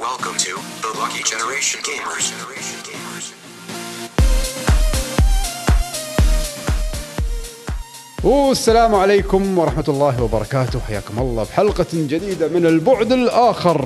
Welcome to the Lucky Generation Gamers. والسلام عليكم ورحمة الله وبركاته. حياكم الله بحلقة جديدة من البعد الآخر.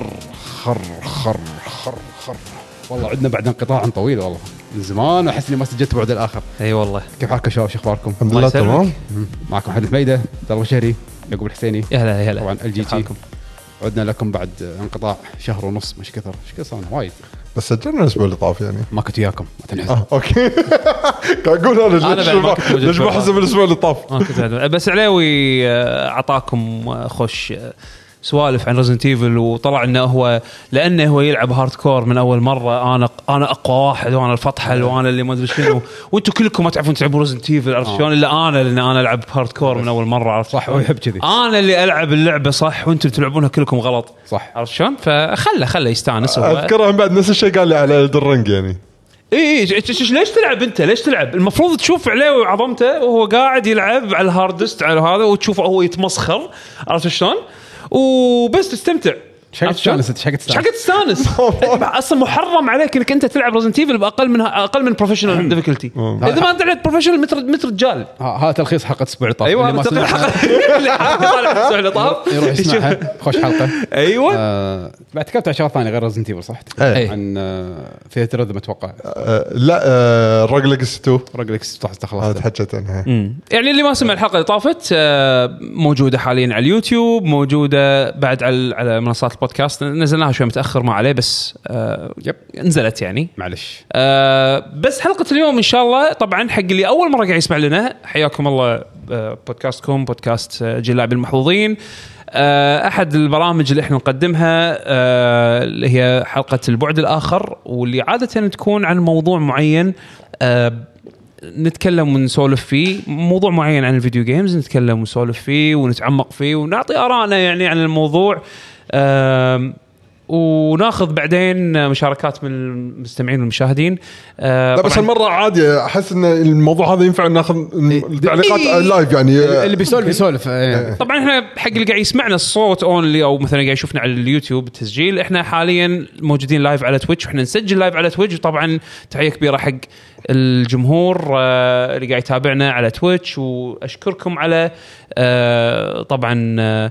خر والله عدنا بعد انقطاع طويل والله من زمان، أحس إني ما سجلت بعد الآخر. اي والله. كيف حالكم شباب؟ شو أخباركم؟ الحمد لله تمام. معكم حدث ميدة، ضرب شهري، يعقوب الحسيني. يا هلا طبعا الجي عدنا لكم بعد انقطاع شهر ونص، مش كثر صار وايد. بس سجلنا الاسبوع اللي طاف يعني. ما كنت وياكم ما تنحزن. اوكي. قاعد اقول ليش ما حسب الاسبوع اللي طاف. بس علاوي اعطاكم خوش سوالف عن ريزنت ايفل، وطلع انه هو لانه هو يلعب هارد كور من اول مره. انا اقوى واحد، وانا الفطحل، وانا اللي ما ادري شنو، وانتم كلكم ما تعرفون تلعبون ريزنت ايفل، عرفت شلون؟ الا انا، لان انا العب هارد كور من اول مره، عرفت صح؟ ويحب كذي. انا اللي العب اللعبه صح وانتم تلعبونها كلكم غلط، صح؟ عرفت شلون؟ فخله يستانس. اذكرهم بعد نفس الشيء قال لي على الدرنج يعني. اي ليش تلعب انت؟ ليش تلعب؟ المفروض تشوف عليه عظمته وهو قاعد يلعب على الهاردست على هذا، وتشوفه هو يتمسخر، عرفت شلون؟ وبس تستمتع. شقت تستانس. اصلا محرم عليك انك انت تلعب ريزنت ايفل اقل من بروفيشنال ديفيكولتي. اذا ما انت لعبت بروفيشنال مثل رجال. هذا تلخيص حلقه الاسبوع اللي طاف. ايوه اللي طالع الاسبوع اللي طاف يروح يسمعها. خوش حلقه. ايوه. بعد تكلمت عن شغله ثانيه غير ريزنت ايفل، صح؟ عن فيها رذم اتوقع. لا روج ليجاسي 2 روج ليجاسي صح خلاص تحكيت عنها. يعني اللي ما سمع الحلقه اللي طافت موجوده حاليا على اليوتيوب، موجوده بعد على منصات البودكاست. نزلناها شوي متاخر ما عليه، بس نزلت يعني معلش. بس حلقه اليوم ان شاء الله طبعا حق اللي اول مره قاعد يسمع لنا، حياكم الله. بودكاستكم بودكاست جلاب المحظوظين، احد البرامج اللي احنا نقدمها اللي هي حلقه البعد الاخر، واللي عاده تكون عن موضوع معين نتكلم ونسولف فيه. موضوع معين عن الفيديو جيمز نتكلم ونسولف فيه ونتعمق فيه ونعطي آراءنا يعني عن الموضوع، وناخذ بعدين مشاركات من المستمعين والمشاهدين. لا بس المرة عادي، أحس إن الموضوع هذا ينفع ناخذ التعليقات لايف يعني. اللي بيسولف طبعا احنا حق اللي قاعد يسمعنا الصوت اونلي، او مثلا قاعد يشوفنا على اليوتيوب التسجيل، احنا حاليا موجودين لايف على تويتش، واحنا نسجل لايف على تويتش. وطبعا تحية كبيرة حق الجمهور اللي قاعد يتابعنا على تويتش، واشكركم على طبعا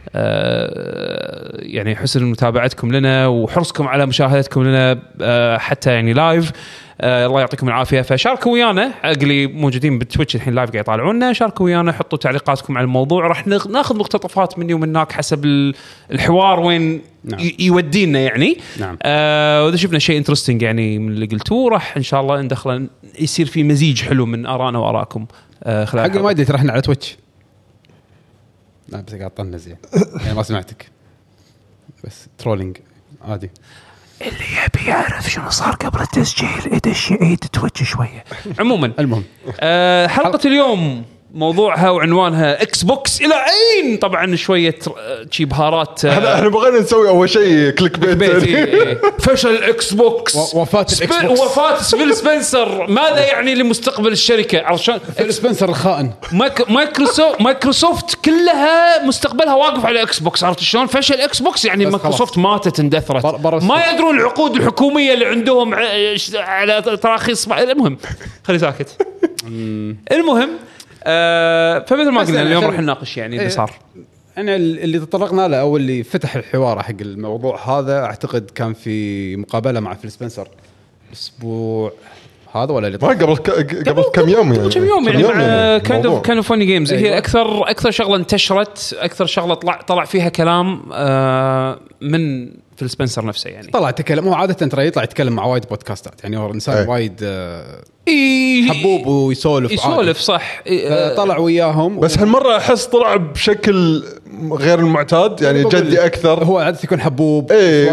يعني حسن متابعتكم لنا وحرصكم على مشاهدتكم لنا حتى يعني لايف. الله يعطيكم العافية. فشاركوا ويانا اللي موجودين بالتويتش الحين لايف قاعد يطالعونا، شاركوا ويانا، حطوا تعليقاتكم على الموضوع. راح ناخذ مقتطفات مني ومنك حسب الحوار وين يودينا يعني. نعم. وإذا شفنا شيء انترستينج يعني من اللي قلتوه، راح إن شاء الله ندخل يصير في مزيج حلو من آرانا وآراءكم خلال حق ما يدري ترى احنا على تويتش. لا بس قاعد طنز يعني ما سمعتك، بس ترولينج عادي. اللي يبي يعرف شنو صار قبل التسجيل يدش يعيد تويتش شويه. عموما المهم حلقه اليوم موضوعها وعنوانها اكس بوكس الى اين. طبعا شويه شي بهارات. احنا بغينا نسوي اول شيء كليك بيت. فشل الاكس بوكس، وفاه الاكس بوكس، وفاه فيل سبنسر. ماذا يعني لمستقبل الشركه؟ عشان فيل سبنسر الخائن. مايكروسوفت كلها مستقبلها واقف على اكس بوكس، عرفت شلون؟ فشل اكس بوكس يعني مايكروسوفت ماتت اندثرت. ما يدرون العقود الحكوميه اللي عندهم على تراخيص. المهم خلي ساكت. المهم فمثل ما قلنا اليوم راح نناقش يعني اللي صار. أنا اللي تطرقنا له أو اللي فتح الحوار حق الموضوع هذا، أعتقد كان في مقابلة مع فيل سبنسر الأسبوع هذا ولا اللي قبل كم يوم يعني. كم يوم يعني مع كان فاني جيمز. هي أكثر شغلة انتشرت، أكثر شغلة طلع فيها كلام من فيل سبنسر نفسه يعني. طلع تكلم. هو عادة ترى يطلع يتكلم مع وايد بودكاستات يعني. هو إنسان وايد حبوب ويسولف صح. طلع وياهم. بس هالمرة أحس طلع بشكل غير المعتاد يعني، جدي أكثر. هو عادة يكون حبوب.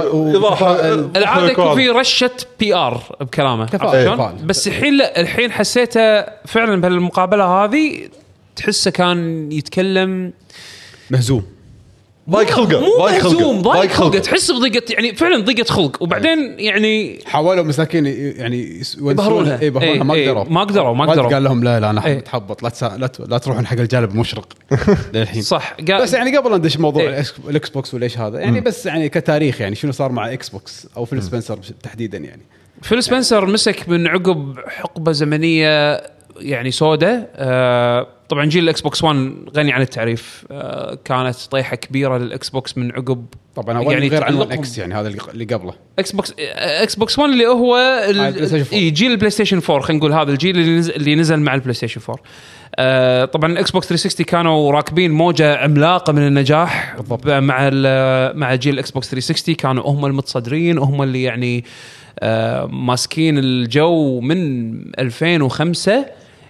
العادة يكون في رشة PR بكلامه. بس الحين حسيته فعلا بهالمقابلة هذه، تحسه كان يتكلم مهزوم. ضايق خلقه ضايق خلقه تحس بضيقه يعني فعلا ضيقه خلق. وبعدين يعني حاولوا مساكين يعني يبهرونها ما قدروا قال لهم لا انا متحبط لا تروحون حق الجانب المشرق للحين صح. بس يعني قبل ندش موضوع الاكس بوكس وليش هذا يعني بس يعني كتاريخ يعني شنو صار مع اكس بوكس او فيل سبنسر تحديدا. يعني فيل سبنسر مسك من عقب حقبه زمنيه يعني سودة. طبعا جيل الاكس بوكس 1 غني عن التعريف. كانت طيحه كبيره للاكس بوكس من عقب طبعا يعني غير عنوان اكس يعني هذا اللي قبله اكس بوكس 1 اللي هو جيل البلاي ستيشن 4 خلينا نقول هذا الجيل اللي نزل مع البلاي ستيشن 4. طبعا الاكس بوكس 360 كانوا راكبين موجه عملاقه من النجاح مع جيل الاكس بوكس 360 كانوا هم المتصدرين وهم اللي يعني ماسكين الجو من 2005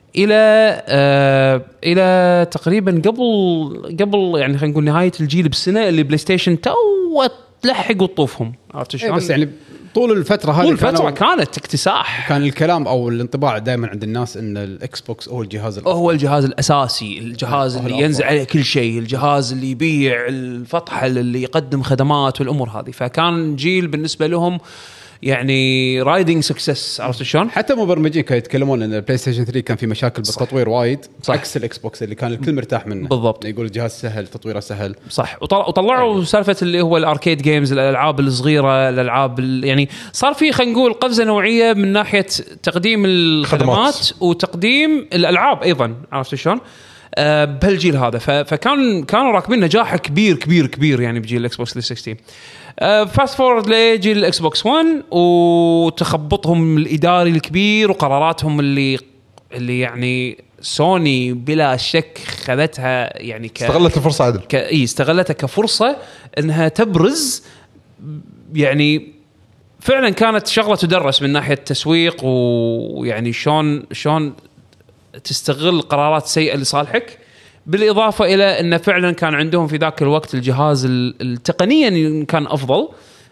الى تقريبا قبل يعني خلينا نقول نهايه الجيل بسنه اللي بلاي ستيشن تو تلحق وطوفهم. عرفت شلون؟ بس يعني طول الفتره هذه كانت اكتساح. كان الكلام او الانطباع دائما عند الناس ان الاكس بوكس هو الجهاز الاساسي، الجهاز اللي ينزل عليه كل شيء، الجهاز اللي يبيع الفطحه، اللي يقدم خدمات والامور هذه. فكان جيل بالنسبه لهم يعني رايدنج سكسس. عرفت شلون؟ حتى مبرمجين كانوا يتكلمون ان البلاي ستيشن 3 كان في مشاكل بالتطوير وايد عكس الاكس بوكس اللي كان الكل مرتاح منه. بالضبط. يقول الجهاز سهل تطويره سهل. صح. وطلعوا يعني سالفه اللي هو الاركيد جيمز، الالعاب الصغيره، الالعاب يعني صار في خلينا نقول قفزه نوعيه من ناحيه تقديم الخدمات وتقديم الالعاب ايضا. عرفت شلون؟ بهالجيل هذا. كانوا راكبين نجاح كبير كبير كبير يعني بجيل الاكس بوكس 360. فاست فورد لجيل الاكس بوكس 1 وتخبطهم الاداري الكبير وقراراتهم اللي يعني سوني بلا شك خذتها يعني استغلت الفرصه عدل. استغلتها كفرصه انها تبرز. يعني فعلا كانت شغله تدرس من ناحيه التسويق ويعني شلون تستغل القرارات السيئه لصالحك. بالإضافة إلى أن فعلا كان عندهم في ذاك الوقت الجهاز التقنيا كان أفضل.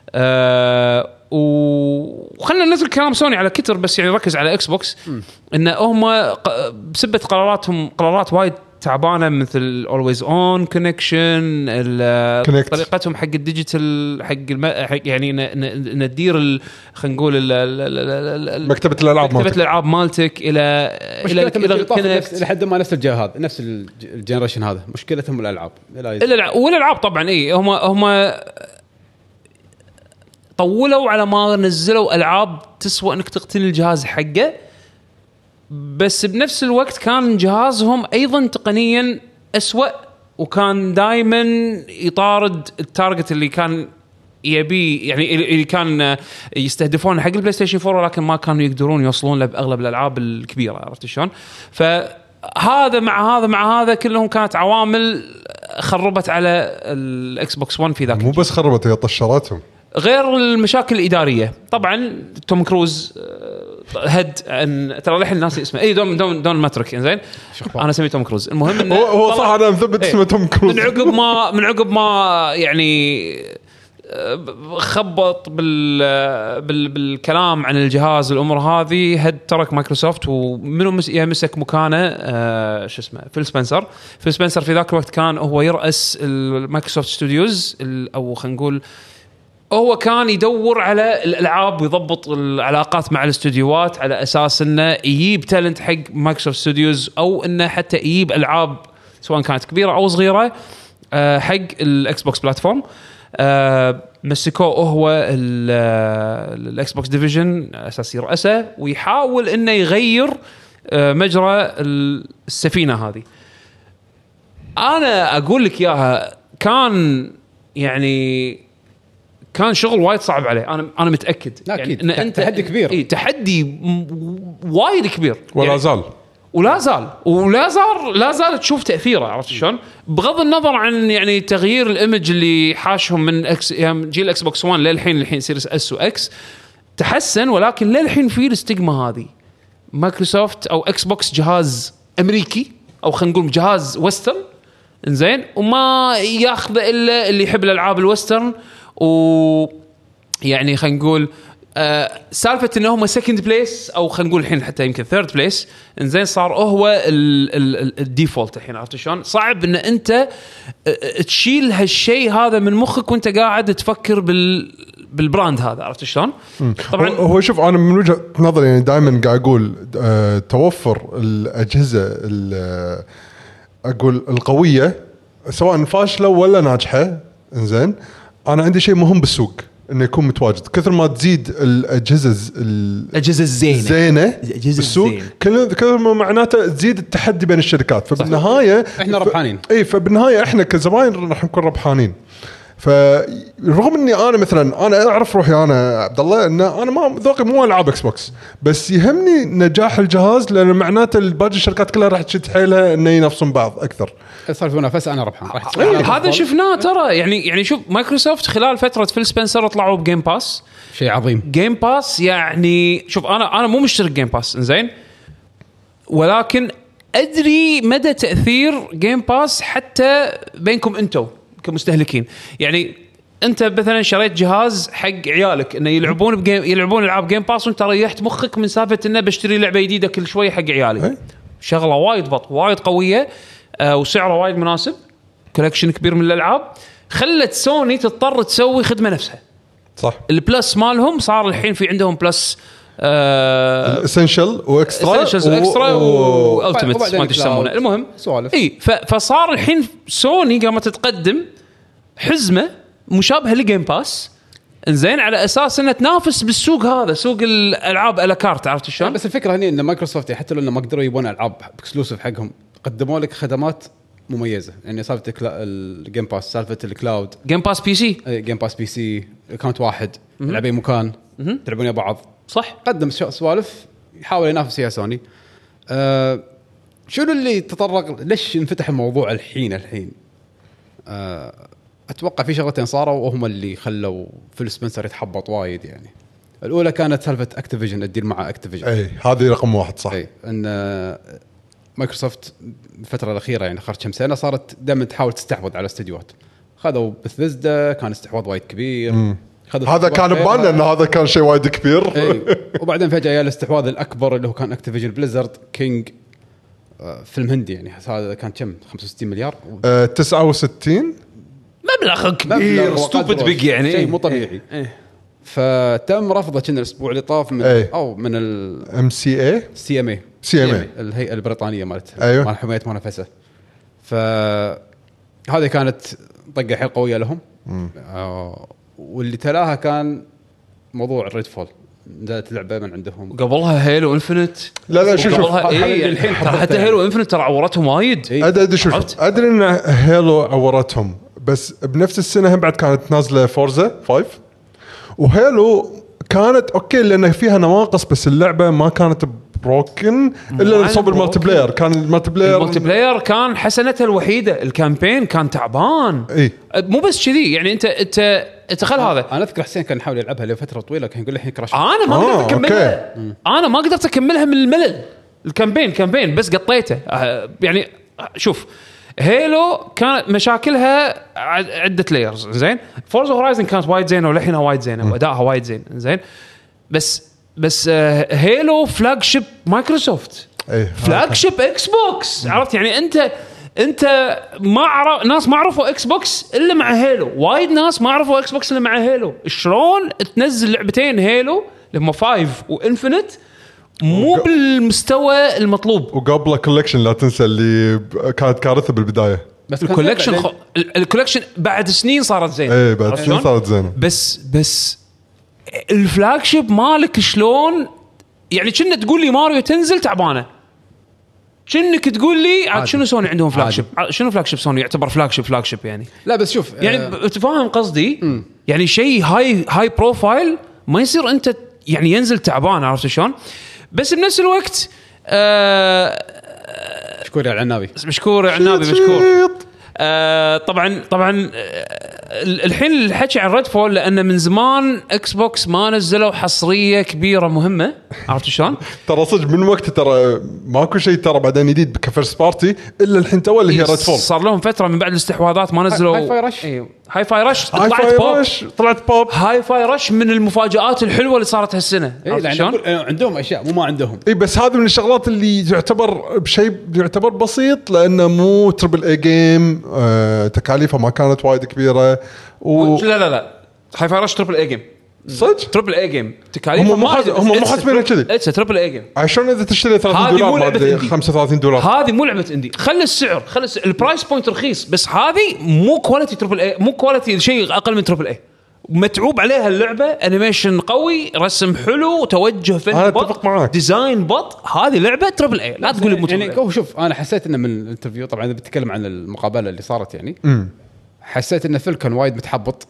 وخلنا ننزل كلام سوني على كتر بس يعني ركز على إكس بوكس. إن هم بسبة قرارات وايد تعبانة مثل always on connection، طريقتهم حق الديجيتال حق يعني ندير خلينا نقول مكتبة الألعاب مالتك إلى لحد ما نفس الجهاز نفس الجنريشن هذا مشكلتهم الألعاب والألعاب طبعا هم طولوا على ما نزلوا ألعاب تسوى انك تقتني الجهاز حقه. بس بنفس الوقت كان جهازهم ايضا تقنيا أسوأ وكان دائما يطارد التارجت اللي كان يبي يعني اللي كان يستهدفون حق البلاي ستيشن 4 ولكن ما كانوا يقدرون يوصلون له باغلب الالعاب الكبيره. عرفت شلون؟ فهذا مع هذا كلهم كانت عوامل خربت على الاكس بوكس 1 في ذاك. مو بس خربت هي طشرتهم. غير المشاكل الإدارية طبعا. توم كروز هد ترى الحين الناس اسمه اي دون ماتريك زين انا اسميه توم كروز. المهم انه هو صح انا مثبت اسمه توم كروز من عقب ما يعني خبط بالكلام عن الجهاز الامور هذه. هد ترك مايكروسوفت ومنهم يمسك مكانه شو اسمه فيل سبنسر في ذاك الوقت كان هو يرأس المايكروسوفت ستوديوز او خلينا نقول هو كان يدور على الألعاب ويضبط العلاقات مع الاستوديوهات على أساس إنه يجيب تالنت حق مايكروسوفت ستوديوز أو إنه حتى يجيب ألعاب سواء كانت كبيرة أو صغيرة حق الإكس بوكس بلاتفورم. مسكوه هو الإكس بوكس ديفيجن أساس يرأسه ويحاول إنه يغير مجرى السفينة هذه. أنا أقول لك إياها كان شغل وايد صعب عليه. انا متاكد يعني ان انت تحدي كبير. تحدي وايد كبير ولا زال لا زال تشوف تاثيره. عرفت شلون؟ بغض النظر عن يعني تغيير الايمج اللي حاشهم من جيل اكس بوكس 1 للحين سيريس اس واكس تحسن ولكن للحين في الاستجمة هذه. مايكروسوفت او اكس بوكس جهاز امريكي او خلينا نقول جهاز ويسترن انزين وما ياخذ الا اللي يحب الالعاب الويسترن ويعني خلينا نقول سالفه انه هم سكند بليس او خلينا نقول الحين حتى يمكن ثيرد بليس انزين صار هو الديفولت الحين. عرفت شلون؟ صعب ان انت تشيل هالشيء هذا من مخك وانت قاعد تفكر بالبراند هذا. عرفت شلون؟ طبعا هو شوف انا من وجهه نظري يعني دائما قاعد اقول توفر الاجهزه اقول القويه سواء فاشله ولا ناجحه انزين انا عندي شيء مهم بالسوق انه يكون متواجد. كثر ما تزيد الاجهزه الزينه بالسوق كثر ما معناته تزيد التحدي بين الشركات. فبالنهايه احنا ربحانين. اي فبالنهايه احنا كزباين راح نكون ربحانين. فرغم اني انا مثلا انا اعرف روحي انا عبد الله ان انا ما ذوقي مو العاب اكس بوكس بس يهمني نجاح الجهاز لان معناته باقي الشركات كلها راح تشد حيلها انه ينافسون بعض اكثر. صار في منافسه انا ربحان راح هذا شفناه ترى يعني شوف مايكروسوفت خلال فتره فيل سبنسر طلعوا بجيم باس شيء عظيم. جيم باس يعني شوف انا مو مشترك جيم باس زين ولكن ادري مدى تاثير جيم باس حتى بينكم انتم كمستهلكين. يعني انت مثلا شريت جهاز حق عيالك انه يلعبون العاب جيم باس وانت ريحت مخك من سالفه انه بشتري لعبه جديده كل شوي حق عيالي. شغله وايد وايد قويه وسعره وايد مناسب كولكشن كبير من الالعاب خلت سوني تضطر تسوي خدمه نفسها. صح. البلس مالهم صار الحين في عندهم بلس الاسنشل واكسترا والتيميت ما ادري ايش يسمونه. المهم سوالف فصار الحين سوني قامت تقدم حزمه مشابهه لجيم باس انزين على اساس انها تنافس بالسوق هذا سوق الالعاب على كارت. عرفت شلون؟ بس الفكره هنا ان مايكروسوفت حتى لو ما قدروا يبون العاب اكسكلوسيف حقهم قدموا لك خدمات مميزه. يعني سالفه الجيم باس سالفه الكلاود جيم باس بي سي جيم باس بي سي اكونت واحد لعبين مكان تلعبون يا بعض. صح. قدم سوالف يحاول ينافس فيها سوني. شنو اللي تطرق ليش انفتح الموضوع الحين اتوقع في شغلتين صاروا وهم اللي خلوا فيل سبنسر يتحبط وايد. يعني الاولى كانت سالفه اكتيفيجن الديل مع اكتيفيجن. اي هذه رقم واحد. صح. اي ان مايكروسوفت الفتره الاخيره يعني خرج كم سنه صارت دائما تحاول تستحوذ على استديوهات. خذوا بثيزدا كان استحواذ وايد كبير. هذا كان ببالنا ان هذا كان شيء وايد كبير. وبعدين فجاه جاء الاستحواذ الاكبر اللي هو كان اكتيفيجن بليزرد كينج فيلم هندي. يعني هذا كان كم 65 مليار 69 مبلغ كبير ستوبد بيج يعني شيء مو طبيعي. فتم رفضه كنا الاسبوع اللي طاف من او من ام سي اي الهيئه البريطانيه مالت أيوه. مال حمايه منافسه. فهذه كانت طقه حيل قويه لهم. واللي تلاها كان موضوع الريد فول نزلت لعبه من عندهم قبلها هيلو انفنت. لا شوف الحين حتى هيلو انفنت ترى عورتهم وايد. ادري ان هيلو عورتهم بس بنفس السنه هم بعد كانت نازله فورزا 5 وهيلو كانت اوكي لان فيها نواقص بس اللعبه ما كانت بروكن الا صوب المالتي بلاير. كان المالتي بلاير كان حسنتها الوحيده. الكامبين كان تعبان. مو بس كذي يعني انت خل هذا انا اذكر حسين كان يحاول يلعبها لفتره طويله كان يقول لي الحين كراش. انا ما قدرت اكملها. انا ما قدرت اكملها من الملل. الكامبين بس قطيته. يعني شوف هيلو كان مشاكلها عده لايرز زين. فورزا هورايزن كانت وايد زينه ولحينها وايد زينه وادائها وايد زين زين. بس هيلو فلاج شيب مايكروسوفت فلاج شيب اكس بوكس. عرفت يعني انت ناس ما عرفوا اكس بوكس الا مع هيلو. وايد ناس ما عرفوا اكس بوكس الا مع هيلو. شلون تنزل لعبتين هيلو لما 5 وانفينيت مو بالمستوى المطلوب. وقبل كولكشن لا تنسى اللي كانت كارثه بالبدايه. بس الكولكشن بعد سنين صارت زين. اي بعد سنين صارت زين. بس الفلاج شيب مالك شلون يعني كنا تقول لي ماريو تنزل تعبانه كنك تقول لي عاد شنو سوني عندهم فلاج شيب. شنو فلاج شيب سوني يعتبر فلاج شيب يعني. لا بس شوف يعني تفهم قصدي. يعني شيء هاي بروفايل ما يصير انت يعني ينزل تعبان. عرفت شلون؟ بس بنفس الوقت مشكور يا العنابي مشكور طبعا الحين الحكي عن ريد فول لأن من زمان اكس بوكس ما نزلوا حصرية كبيرة مهمة. عرفت شلون؟ ترى صدق من وقت ترى ماكو شيء ترى بعدين جديد كفيرست بارتي إلا الحين تو اللي هي ريد فول. صار لهم فترة من بعد الاستحواذات ما نزلوا. هاي فاي رش طلعت بوب. هاي فاي رش من المفاجآت الحلوه اللي صارت هالسنه. عندهم اشياء مو ما عندهم. اي بس هذا من الشغلات اللي يعتبر بشيء يعتبر بسيط لانه مو تربل اي جيم. تكاليفه ما كانت وايد كبيره لا هاي فاي رش تربل اي جيم صدق. تربل اي جيم تكاليفه هم مو حاسبينها كذي. اتس تربل اي جيم. عشان اذا تشتري $30 $35 هذه مو لعبه اندي. خلي السعر البرايس بوينت رخيص بس هذه مو كواليتي تربل اي مو كواليتي شيء اقل من تربل اي. متعوب عليها اللعبه انيميشن قوي رسم حلو توجه فني بط ديزاين بط. هذه لعبه تربل اي لا تقول لي يعني شوف انا حسيت انه من الانترفيو طبعا اذا بتكلم عن المقابله اللي صارت يعني حسيت ان فيل كان وايد متحبط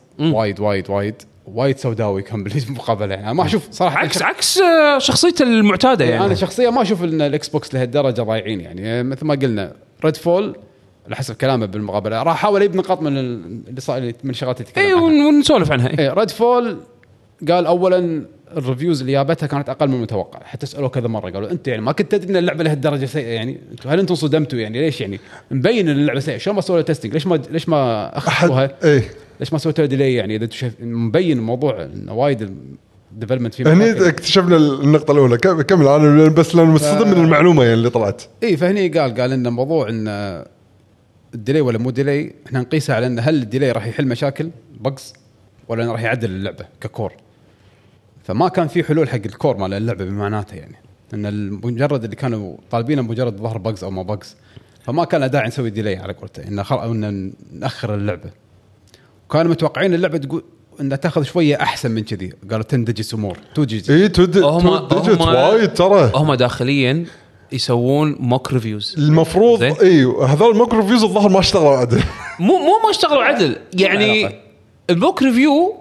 وايد سوداوي كان بالمقابله يعني. ما اشوف صراحه عكس شخصيته المعتاده يعني. انا شخصيا ما اشوف ان الاكس بوكس لهالدرجه ضايعين يعني. مثل ما قلنا ريد فول على حسب كلامه بالمقابله راح احاول اجيب نقاط من اللي صار من الشغلات اللي تكلم عنها ونسولف عنها. ريد فول قال اولا الريفيوز اللي جابتها كانت اقل من المتوقع. حتى سالوه كذا مره قالوا انت يعني ما كنت تدري ان اللعبه لهالدرجه سيئه يعني هل انتم صدمتوا يعني ليش يعني مبين ان اللعبه سيئه شلون ما سووا تيستينج ليش ما اخذوها ليش ما سويتوا ديلي يعني اذا شايف مبين الموضوع انه وايد الديفلوبمنت فيه هني اكتشفنا النقطه الاولى. كمل انا بس لانه مصدم من المعلومه يعني اللي طلعت. فهني قال ان الموضوع ان الديلي ولا مو ديلي احنا نقيسها على ان هل الديلي راح يحل مشاكل بجز ولا راح يعدل اللعبه ككور. فما كان في حلول حق الكور مال اللعبه بمعناته يعني ان المجرد اللي كانوا طالبينه مجرد ظهر بجز او ما بجز. فما كان داعي نسوي ديلي على قولته ان ناخر اللعبه. كانوا متوقعين اللعبه تقول انها تاخذ شويه احسن من كذي. قالوا 10 ديجيتس امور 2 ديجيتس. اي 2 ديجيتس وايد ترى. هم داخليا يسوون موك ريفيوز المفروض. هذول الموك ريفيوز الظاهر ما اشتغلوا عدل. مو ما اشتغلوا عدل يعني. الموك ريفيو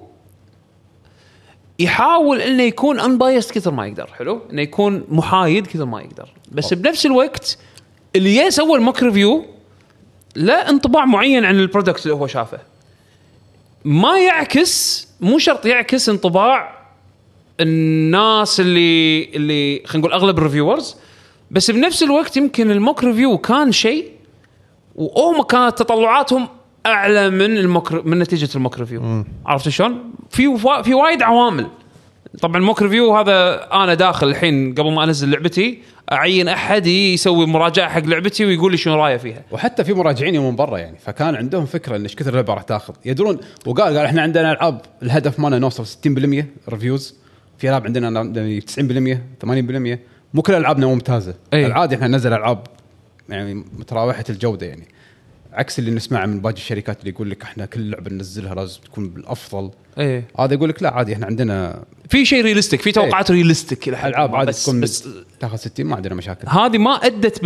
يحاول انه يكون انبايست كثر ما يقدر. حلو انه يكون محايد كثر ما يقدر. بس بنفس الوقت اللي يسوي الموك ريفيو لا انطباع معين عن البرودكت اللي هو شافه. ما يعكس مو شرط يعكس انطباع الناس اللي خلينا نقول اغلب الريفيورز. بس بنفس الوقت يمكن الموك ريفيو كان شيء وهم كانت تطلعاتهم اعلى من نتيجه الموك ريفيو. عرفت شلون؟ في وايد عوامل. طبعا الموك ريفيو هذا انا داخل الحين قبل ما انزل لعبتي اعين احد يسوي مراجعه حق لعبتي ويقول لي شنو رايه فيها. وحتى في مراجعين من برا يعني. فكان عندهم فكره ان ايش كثر اللعبه راح تاخذ يدرون. وقال احنا عندنا العاب الهدف مالنا نوصل 60% ريفيوز. في العاب عندنا 90% 80%. مو كل العابنا ممتازه. العادي احنا ننزل العاب يعني متراوحه الجوده يعني. عكس اللي نسمعه من باقي الشركات اللي يقول لك احنا كل لعبه ننزلها لازم تكون بالافضل. هذا يقول لك لا عادي احنا عندنا في شيء رياليستيك في توقعات رياليستيك. الالعاب عادي تكون تاخذ 60 ما عندنا مشاكل. هذه ما ادت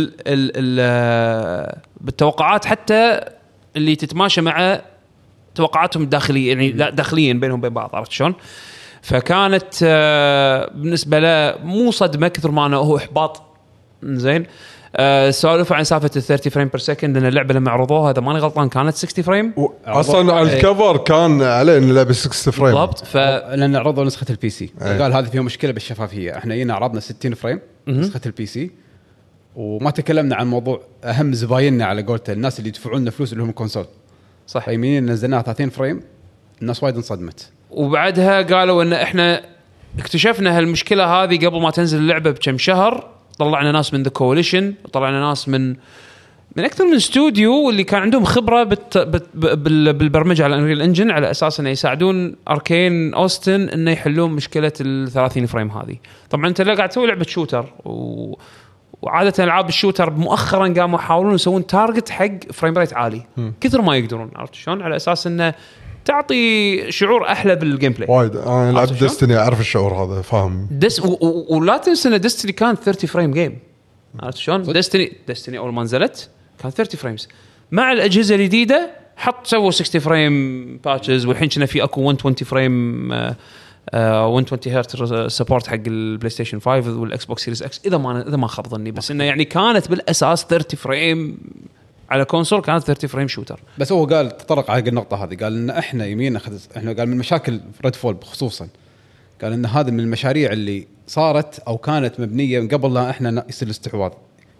بالتوقعات حتى اللي تتماشى مع توقعاتهم الداخليه يعني لا داخليا بينهم بين بعض. عرفت شلون؟ فكانت بالنسبه له مو صدمه كثر ما انه هو احباط. زين سولفوا عن سالفه 30 فريم بير سكند لان اللعبه لما عرضوها اذا ماني غلطان كانت 60 فريم اصلا على الكفر كان عليه ان اللعبه 60 فريم بالضبط. لان عرضوا نسخه البي سي قال هذه فيها مشكله بالشفافيه. احنا جينا عرضنا 60 فريم نسخه البي سي وما تكلمنا عن موضوع اهم زبايننا على قولته الناس اللي يدفعون لنا فلوس اللي هم كونسول. صح يمين نزلناها 30 فريم الناس وايد انصدمت. وبعدها قالوا ان احنا اكتشفنا هالمشكله هذه قبل ما تنزل اللعبه بكم شهر. طلعنا ناس من ذا كواليشن وطلعنا ناس من اكثر من استوديو اللي كان عندهم خبره بالبرمجه على انريل انجن على اساس انه يساعدون اركين اوستن انه يحلون مشكله ال 30 فريم هذه. طبعا انت لا قاعد تسوي لعبه شوتر وعاده العاب الشوتر مؤخرا قاموا يحاولون يسوون تارجت حق فريم ريت عالي كثر ما يقدرون. عرفت شلون؟ على اساس انه تعطي شعور احلى بالجيم بلاي. وايد انا لعبت ديستني اعرف الشعور هذا فاهم. ولا تنسى ان ديستني كان 30 فريم جيم. عرفت شلون؟ ديستني اول ما نزلت كان 30 فريمز. مع الاجهزه الجديده سووا 60 فريم باتشز والحين كنا في اكو 120 فريم 120 هرتز سبورت حق البلاي ستيشن 5 والاكس بوكس سيريز اكس اذا ما خاب ظني. بس انه يعني كانت بالاساس 30 فريم على كونسول كانت 30 فريم شوتر. بس هو قال تطرق على النقطه هذه قال ان احنا يمين احنا قال من مشاكل ريد فول خصوصا قال ان هذا من المشاريع اللي صارت او كانت مبنيه من قبل لا احنا يصير الاستحواذ.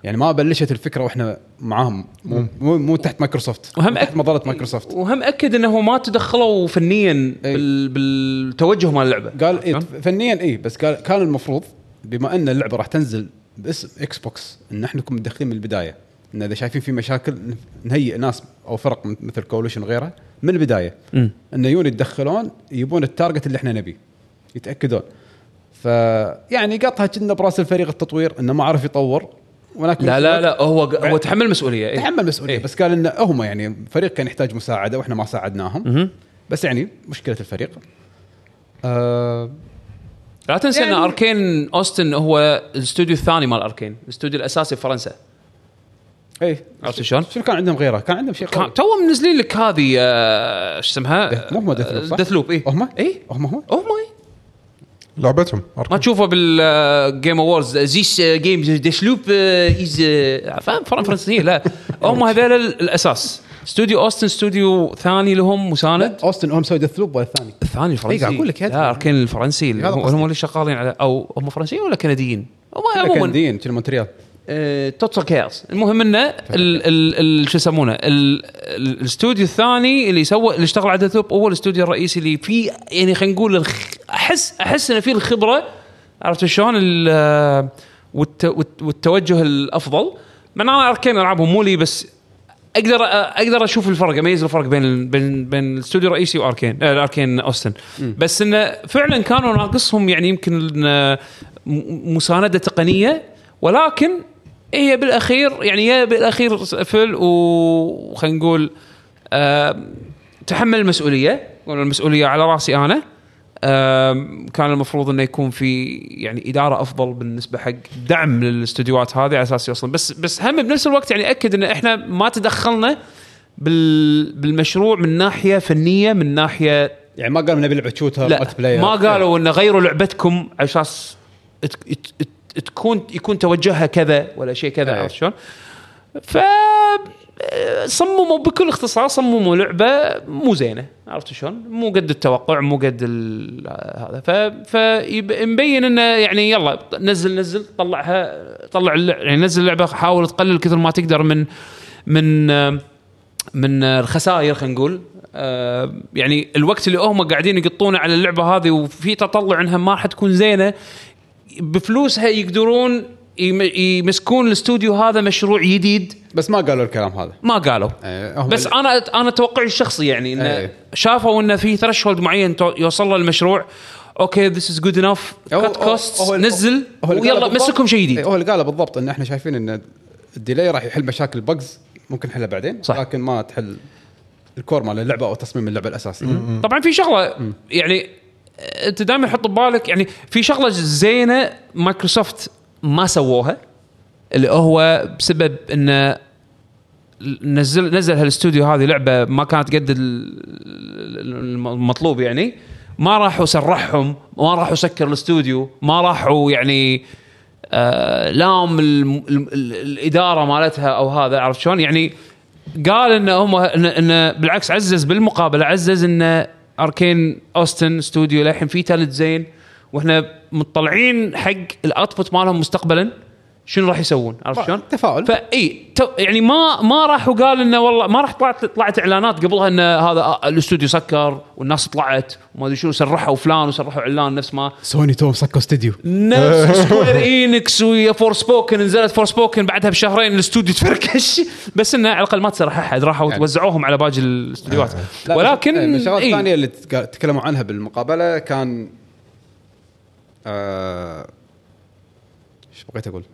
يعني ما بلشت الفكره واحنا معاهم مو تحت مايكروسوفت وهم تحت مظله مايكروسوفت. وهم اكد انه ما تدخلوا فنيا بالتوجه مال اللعبه. قال إيه فنيا اي بس قال كان المفروض بما ان اللعبه راح تنزل باسم اكس بوكس ان احنا نكون مدخلين من البدايه ان اذا شايفين في مشاكل نهيئ ناس او فرق مثل كولوشن وغيره من البدايه انه يجون يتدخلون يبون التارجت اللي احنا نبيه يتاكدون. فيعني قطها كنا براس الفريق التطوير انه ما عرف يطور ولكن لا هو تحمل مسؤوليه. تحمل مسؤوليه بس قال انه هم يعني فريق كان يحتاج مساعده واحنا ما ساعدناهم بس يعني مشكله الفريق. لا تنسى يعني ان اركين اوستن هو الاستوديو الثاني مال اركين، الاستوديو الاساسي في فرنسا. اي عرفت شلون؟ شنو كان عندهم غيره؟ كان عندهم شيء تو منزلين لك هذه ايش اسمها؟ مو ديث لوب. اي هم لعبتهم ما تشوفه بالجيم اووردز زيس جيم ديث لوب از فاهم فرنسيه. لا هم هذول الاساس. استوديو اوستن استوديو ثاني لهم مساند. اوستن هم مسوي ديث لوب ولا الثاني الفرنسي. قاعد اقول لك لا اركين الفرنسي هم اللي شغالين على او هم فرنسيين ولا كنديين؟ هم كنديين في مونتريال توتال كاس. المهم انه شو يسمونه الاستوديو الثاني اللي اللي اشتغل على ديث لوب هو الاستوديو الرئيسي اللي فيه يعني خلينا نقول احس انه فيه الخبره. عرفت شلون والتوجه الافضل. من انا اركين العابهم مو لي بس اقدر اشوف الفرق اميز الفرق بين الاستوديو الرئيسي واركين اركين اوستن. بس انه فعلا كانوا ناقصهم يعني يمكن مسانده تقنيه ولكن هي بالاخير يعني فل وخلينا نقول تحمل المسؤوليه والمسؤوليه على راسي انا. كان المفروض انه يكون في يعني اداره افضل بالنسبه حق دعم للاستديوهات هذه على اساس يوصل. بس هم بنفس الوقت يعني اكد ان احنا ما تدخلنا بالمشروع من ناحيه فنيه من ناحيه يعني ما قالوا نبي لعبه شوتر مالتي بلاير. ما قالوا ان غيروا لعبتكم على اساس يكون توجهها كذا ولا شيء كذا. عرفت شلون؟ صمموا بكل اختصار صمموا لعبه مو زينه. عرفت شلون؟ مو قد التوقع مو قد هذا. فمبين انه يعني يلا نزل طلع يعني نزل اللعبه حاول تقلل كثر ما تقدر من الخسائر. خلينا نقول يعني الوقت اللي هم قاعدين يقطونه على اللعبه هذه وفي تطلع انها ما راح تكون زينه بفلوسها يقدرون يمسكون الاستوديو هذا مشروع جديد. بس ما قالوا الكلام هذا ما قالوا بس انا توقعي الشخصي يعني انه شافوا انه في ثريشولد معين يوصل له المشروع. اوكي ذس از جود انف كات كوست نزل ويلا مسكهم شيء جديد. هو اللي قاله بالضبط ان احنا شايفين ان الديلي راح يحل مشاكل بجز ممكن نحلها بعدين صح. لكن ما تحل الكور مال اللعبه او تصميم اللعبه الاساسي. طبعا في شغله يعني انت دائما حط ببالك يعني في شغله زينه مايكروسوفت ما سووها اللي هو بسبب انه نزل هالاستوديو هذه لعبه ما كانت قد المطلوب. يعني ما راحوا سرحهم ما راحوا سكر الاستوديو ما راحوا يعني لام الاداره مالتها او هذا. عرفت شلون؟ يعني قال انه بالعكس عزز بالمقابله عزز انه اركين اوستن استوديو للحين فيه تالنت زين واحنا متطلعين حق الاوتبوت مالهم مستقبلا شنو راح يسوون. عرفت شلون؟ تفاؤل. فاي يعني ما راح وقال انه والله ما راح طلعت اعلانات قبلها ان هذا الاستوديو سكر والناس طلعت وما ادري شنو سرحوا فلان وسرحوا علان نفس ما سوني توم سكر استوديو نفس سكوير إينكس ويا فور سبوكن نزلت فور سبوكن بعدها بشهرين الاستوديو تفركش. بس انه على الاقل ما تسرح احد راحوا يعني وزعوهم على باقي الاستوديوهات. ولكن الشغلات الثانيه اللي تكلموا عنها بالمقابله كان ايش بغيت اقول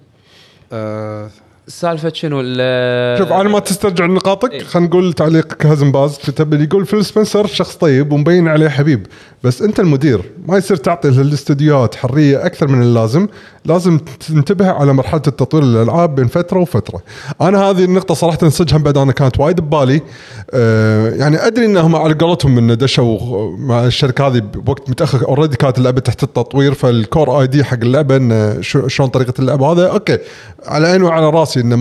سالفه شنو شوف انا ما تسترجع نقاطك. خلينا نقول تعليق كازم باز كتب لي يقول فيل سبنسر شخص طيب ومبين عليه حبيب بس انت المدير ما يصير تعطي للاستديوهات حريه اكثر من اللازم. لازم تنتبه على مرحله التطوير الالعاب بين فتره وفتره. انا هذه النقطه صراحه صدقها بعد انا كانت وايد ببالي. يعني ادري انهم على قولتهم من دشوا مع الشركه هذه بوقت متاخر اوريدي كانت اللعبه تحت التطوير فالكور اي دي حق اللعبه ان شلون طريقه اللعبه هذا اوكي على عيني وعلى راسي انه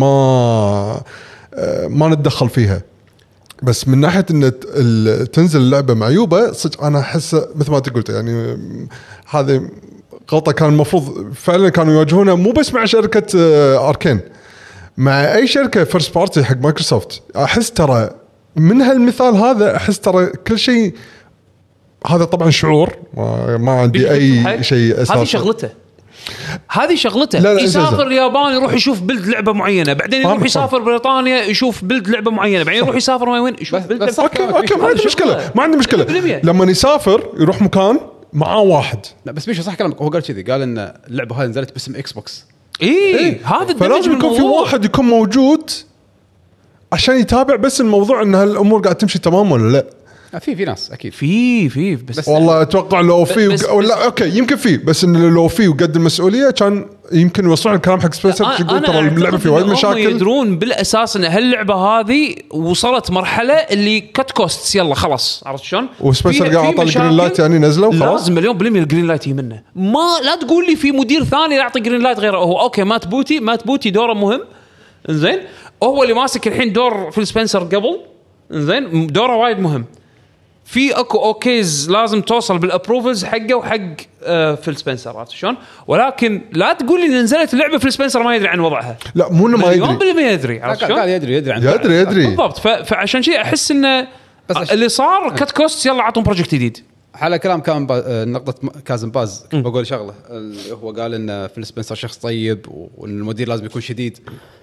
ما نتدخل فيها. بس من ناحيه ان تنزل اللعبه معيوبه صدق انا احس مثل ما انت قلت يعني هذه غلطه كان المفروض فعلا كانوا يواجهونها مو بس مع شركه اركين مع اي شركه فيرست بارتي حق مايكروسوفت احس ترى من هالمثال هذا احس ترى كل شيء هذا طبعا شعور ما عندي اي شيء اساسي. هذه شغلته يسافر اليابان يروح يشوف بلد لعبه معينه، بعدين يروح يسافر بريطانيا يشوف بلد لعبه معينه، بعدين يروح يسافر وين يشوف بلد بس اوكي ما عندي مشكله، ما عندي مشكله لما يسافر يروح مكان معاه واحد. لا بس مش صح كلامك، هو قال كذي، قال ان اللعبه هذه نزلت باسم اكس بوكس. هذا فلازم يكون في واحد يكون موجود عشان يتابع بس الموضوع ان هالامور قاعد تمشي تمام ولا لا. في ناس اكيد في بس والله اتوقع لو في ولا اوكي يمكن في، بس انه لو في وقد المسؤوليه كان يمكن يوصلون الكلام حق سبنسر يقول ترى اللعبه في وايد مشاكل. يدرون بالاساس ان هاللعبه هذه وصلت مرحله اللي كت كوست يلا خلاص، عرفت شلون؟ وسبنسر قاعد عطى الجرين لايت يعني نزله وخلاص. لازم مليون بالمية الجرين لايت منه، ما لا تقول لي في مدير ثاني يعطي جرين لايت غيره هو. اوكي مات بوتي دوره مهم، زين هو اللي ماسك الحين دور في سبنسر قبل، زين دوره وايد مهم. في اكو اوكيز لازم توصل بالابروفلز حقه وحق في سبنسر، عرفت شلون؟ ولكن لا تقول لي نزلت اللعبه في سبنسر ما يدري عن وضعها. لا مو انه ما يدري، ما يدري، عرفت شلون؟ قال يدري عن يدري بالضبط. فعشان شيء احس انه اللي صار كت كوست يلا عطهم بروجكت جديد. على كلام كان نقطه كازم باز بقول شغله، اللي هو قال ان في سبنسر شخص طيب وان المدير لازم يكون شديد.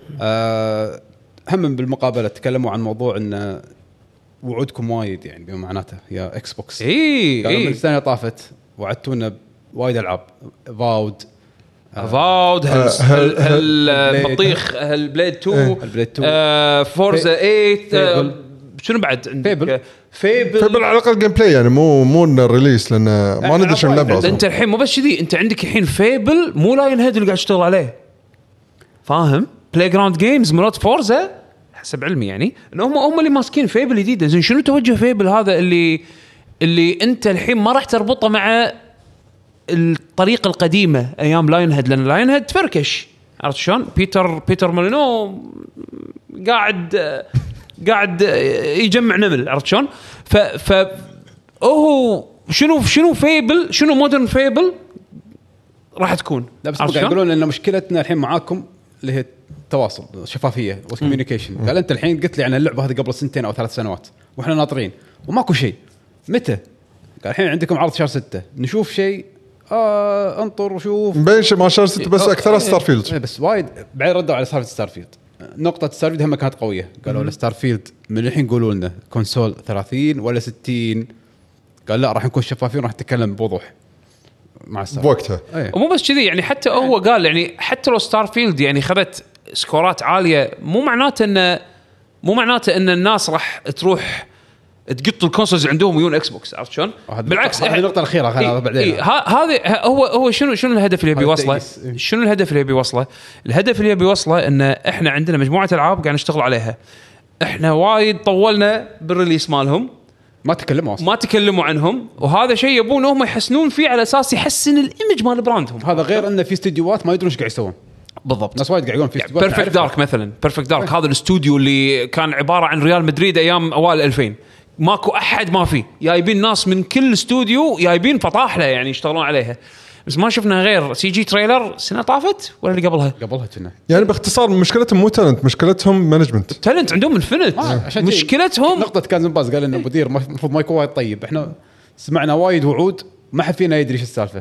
هم بالمقابله تكلموا عن موضوع ان وعودكم وايد يعني بمعناته يا اكس بوكس. قالوا من السنه طافت وعدتونا وايد العاب، فاود هالبطيخ هالبليد 2 فورزا 8 شنو بعد فيبل على الاقل جيم بلاي يعني مو الريليس لان ما ندري شو اللعبه اصلا. انت الحين مو بس كذي، انت عندك الحين فيبل مو لاين هيد اللي قاعد يشتغل عليه، فاهم؟ بلاي جراوند جيمز مرات فورزا حسب علمي يعني ان هم اللي ماسكين فيبل جديده. زين شنو توجه فيبل هذا اللي انت الحين ما راح تربطه مع الطريقه القديمه ايام لاين هيد، لان لاين هيد تفركش، عرفت شلون؟ بيتر مولينو قاعد يجمع نمل، عرفت شلون؟ ف هو شنو فيبل، شنو مودرن فيبل راح تكون. لا بس قاعد يقولون ان مشكلتنا الحين معاكم اللي هي التواصل، شفافيه وكوميونيكيشن. قال انت الحين قلت لي عن اللعبه هذه قبل 2 أو 3 سنوات واحنا ناطرين وماكو شيء، متى؟ قال الحين عندكم عرض شهر 6 نشوف شيء، انطر وشوف بيش ما شهر 6 بس اكثر ستارفيلد بس وايد. بعدين ردوا على ستارفيلد، نقطه ستارفيلد هم كانت قويه، قالوا لستارفيلد من الحين قولوا لنا كونسول 30 ولا 60، قال لا راح نكون شفافين راح نتكلم بوضوح مع بوقتها. ومو بس كذي يعني، حتى هو قال يعني حتى لو ستارفيلد يعني خذت سكورات عاليه مو معناته ان الناس راح تروح تقط الكونسولز عندهم ويون اكس بوكس، عرفت شلون؟ بالعكس هذه النقطه الاخيره خلينا بعدين. هذا هو شنو الهدف اللي بيوصله؟ شنو الهدف اللي بيوصله؟ الهدف اللي بيوصله ان احنا عندنا مجموعه العاب قاعد نشتغل عليها، احنا وايد طولنا بالريليس مالهم، ما تكلموا عنهم، وهذا شيء يبون هم يحسنون فيه على اساس يحسن الايمج مال براندهم. هذا غير انه في استديوهات ما يدرون ايش قاعد يسوون. بالضبط. ناس وايد قاعد يقولون في يعني بيرفكت دارك مثلا، بيرفكت دارك هذا الاستوديو اللي كان عباره عن ريال مدريد ايام اوائل 2000، ماكو احد ما فيه، جايبين ناس من كل استوديو جايبين فطاحله يعني يشتغلون عليها، بس ما شفنا غير سي جي تريلر سنه طافت ولا اللي قبلها كنا. يعني باختصار مشكلتهم مو تالنت، مشكلتهم مانجمنت. تالنت عندهم انفنت، مشكلتهم نقطه كازن باز قال ان المدير المفروض ما يكون وايد طيب. احنا سمعنا وايد وعود ما حد فينا يدري ايش السالفه.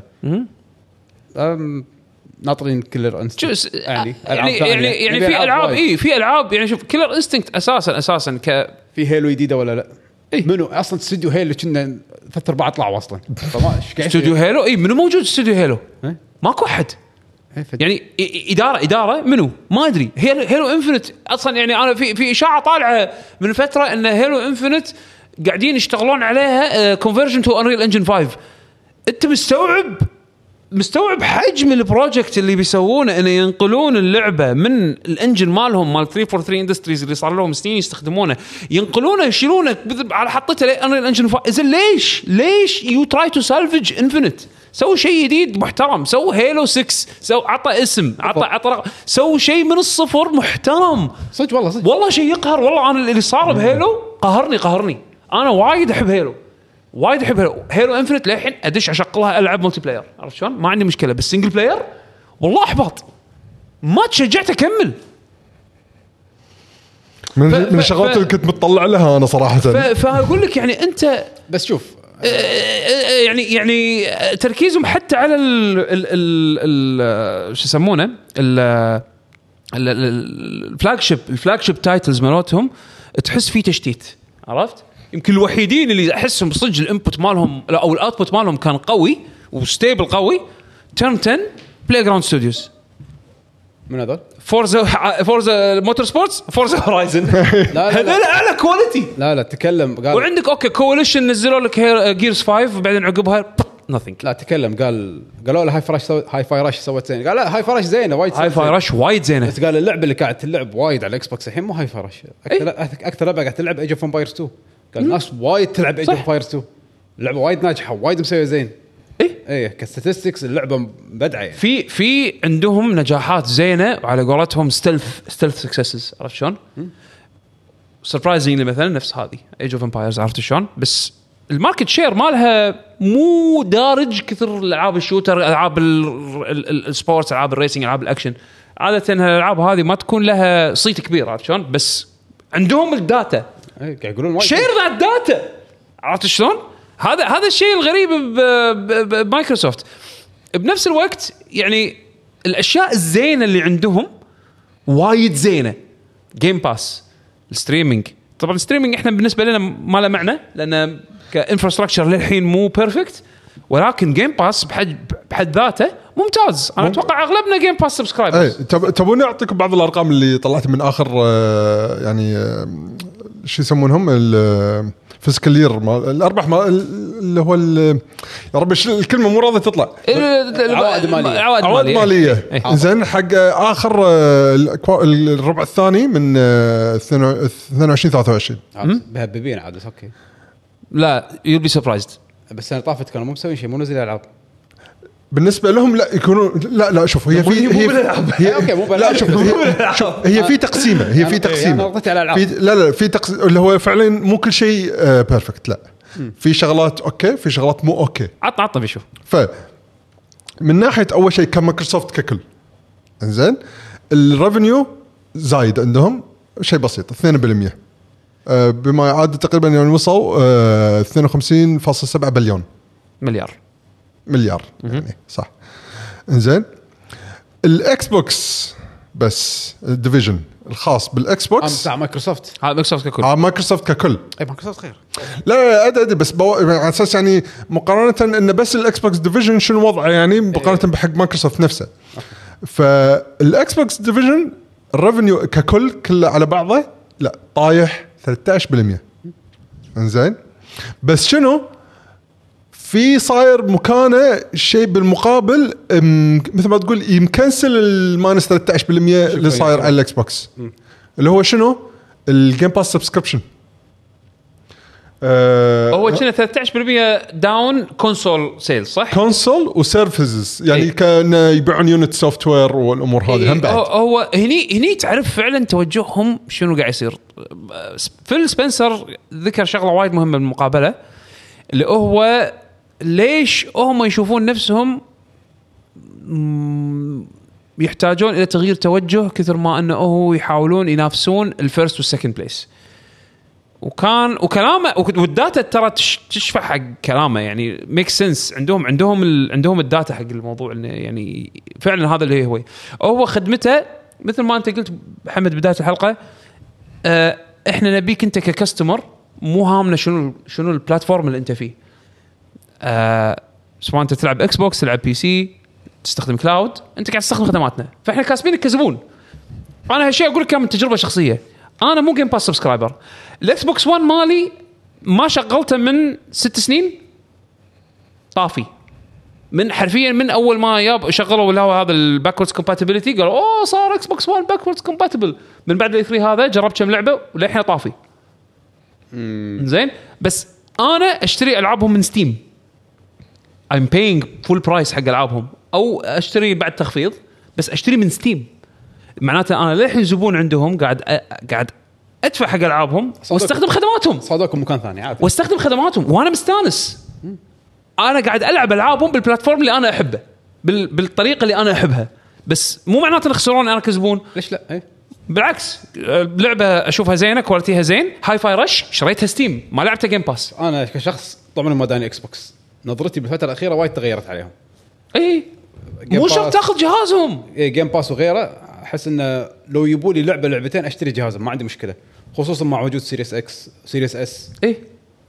ناطرين كيلر انستنكت يعني في العاب في العاب يعني شوف كيلر انستنكت اساسا في هيلو جديده ولا لا؟ منو اصلا استوديو هيلو كنا فتره بعد طلعوا اصلا استوديو هيلو منو موجود استوديو هيلو؟ ماكو احد يعني اداره منو ما ادري. هيلو انفنت اصلا يعني انا في اشاعه طالعه من فتره ان هيلو انفنت قاعدين يشتغلون عليها كونفرجن تو انريل انجن 5. انت مستوعب حجم البروجكت اللي بيسوونه، انه ينقلون اللعبه من الانجن مالهم مال 343 اندستريز اللي صار لهم سنين يستخدمونه، ينقلونه يشيلونه على حطته لانريل انجن 5. اذا ليش يو تراي تو سالفج انفنت؟ سووا شيء جديد محترم، سووا هيلو 6، سووا عطى اسم، عطى سووا شيء من الصفر محترم صدق والله شيء يقهر. والله انا اللي صار بهيلو قهرني. انا وايد احب هيلو انفنت للحين ادش اشغلها العب ملتي بلاير، عرفت شلون؟ ما عندي مشكله، بس سنجل بلاير والله احبط، ما تشجعت اكمل. من الشغلات اللي كنت متطلع لها انا صراحه. فاقول لك يعني انت بس شوف يعني تركيزهم حتى على شو يسمونه الفلاج شيب تايتلز مالتهم تحس فيه تشتيت. عرفت؟ يمكن الوحيدين اللي احسهم صدق الانبوت مالهم او الاوتبوت مالهم كان قوي وستيبل قوي تيرن 10 بلاي جراوند ستوديوز. من هذول فورزا موتور سبورتس فورزا هورايزن هذول اعلى كواليتي. لا تكلم قال وعندك اوكي كواليشن نزلوا لك جيرز 5 وبعدين عقبها nothing. لا تكلم قالوا له هاي فاي رش سوت زين. قال لا هاي فاي رش زينه وايد. هاي فاي رش وايد زينه بس قال اللعبه اللي قاعد تلعب وايد على الاكس بوكس الحين مو هاي فاي رش. اكثر لعبه قاعد تلعب ايج اوف امبايرز 2. قال الناس وايد تلعب ايج اوف امبايرز 2 اللعبه وايد ناجحه وايد مسويه زين. ايه كستاتستكس اللعبه مبدعه يعني. في عندهم نجاحات زينه وعلى قولتهم ستيلث سكسسز. عرفت شلون؟ سربرايزنج مثلا نفس هذه ايج اوف امبايرز. عرفت شلون؟ بس الماركت شير مالها مو دارج كثر الالعاب الشوتر العاب السبورتس العاب الريسنج العاب الاكشن. عاده الالعاب هذه ما تكون لها صيت كبير. عرفت شلون؟ بس عندهم الداتا قاعد يقولون شير ذا الداتا. عرفت شلون؟ هذا الشيء الغريب بمايكروسوفت. بنفس الوقت يعني الاشياء الزينه اللي عندهم وايد زينه. جيم باس الستريمينج. طبعا الستريمينج احنا بالنسبه لنا ما له معنى لان كانفراستراكشر للحين مو بيرفكت ولكن جيم باس بحد ذاته ممتاز. انا اتوقع اغلبنا جيم باس سبسكرايبرز. تبوني اعطيكم بعض الارقام اللي طلعت من اخر يعني شو يسمونهم فيسكال يير الارباح اللي هو يا رب الكلمه مو راضيه تطلع. عوائد ماليه زين حق اخر الربع الثاني من 22 23 مهببين عاد. اوكي لا يو بي سربرايزد. بس انا طافت كانوا مو مسوين شيء مو نزل العاب بالنسبه لهم. لا يكونوا لا شوف هي اوكي مو لا شوف هي في تقسيمه. هي في تقسيمه لا في اللي هو فعلا مو كل شيء بيرفكت. لا في شغلات اوكي في شغلات مو اوكي. عطنا بشوف. من ناحيه اول شيء كمايكروسوفت ككل انزين الريفينيو زايد عندهم شيء بسيط 2% بما يعادل تقريبا يعني وصلوا 52.7 بليون مليار يعني صح. انزين الاكس بوكس بس الديفيجن الخاص بالاكس بوكس بتاع مايكروسوفت. مايكروسوفت ككل. مايكروسوفت ككل. اي مايكروسوفت خير. لا ادري بس على اساس يعني مقارنه ان بس الاكس بوكس ديفيجن شنو وضعه يعني مقارنه بحق مايكروسوفت نفسه. فالاكس بوكس ديفيجن الريفينيو ككل كله على بعضه لا طايح 13%. انزين بس شنو في صاير مكانه شيء بالمقابل مثل ما تقول يمكنسل الماينس 13% اللي صاير على الاكس بوكس اللي هو شنو الجيم باس سبسكريبشن. هو كنا 13% داون كونسول سيلز صح؟ كونسول وسيرفيسز يعني كان يبيعون يونت سوفت وير والامور هذه هم بعد. هو هني تعرف فعلا توجههم شنو قاعد يصير. فيل سبنسر ذكر شغله وايد مهمه بالمقابله اللي هو ليش هم يشوفون نفسهم يحتاجون الى تغيير توجه كثر ما انه هو يحاولون ينافسون الفيرست والسكند بليس. وكلامه والداتا ترى تشفع حق كلامه يعني ميك سنس. عندهم الداتا حق الموضوع يعني فعلا هذا اللي هو خدمته مثل ما انت قلت محمد بدايه الحلقه. احنا نبيك انت ككاستمر مو هامنا شنو البلاتفورم اللي انت فيه. سواء انت تلعب اكس بوكس تلعب بي سي تستخدم كلاود انت قاعد تستخدم خدماتنا فاحنا كاسبينك كزبون. انا هالشيء اقول لك من تجربه شخصيه. انا مو جيم باس سبسكرايبر. الاكس بوكس 1 مالي ما شغلته من 6 سنين طافي من حرفيا من اول ما شغلوا اللي هو هذا الباكوردز كومباتيبلتي قالوا اوه صار اكس بوكس 1 باكوردز كومباتيبل. من بعد الاي 3 هذا جربت كم لعبه وللحين طافي. زين بس انا اشتري العابهم من ستيم I'm paying full price حق العابهم او اشتري بعد تخفيض بس اشتري من ستيم معناته انا للحين زبون عندهم قاعد ادفع حق العابهم واستخدم خدماتهم. صادوكم مكان ثاني عادي واستخدم خدماتهم وانا مستانس. انا قاعد العب العابهم بالبلاتفورم اللي انا احبه بالطريقه اللي انا احبها بس مو معناته ان خسرون انا كزبون. ليش لا بالعكس لعبه اشوفها زينه كواليتيها زين. هاي فاي رش شريتها ستيم ما لعبتها جيم باس. انا كشخص طبعا ما داني اكس بوكس نظرتي بالفتره الاخيره وايد تغيرت عليهم. اي مو شرط تاخذ جهازهم. اي جيم باس وغيره احس انه لو يبوا لي لعبه لعبتين اشتري جهازهم ما عندي مشكله خصوصا مع وجود سيريس اكس سيريس اس. اي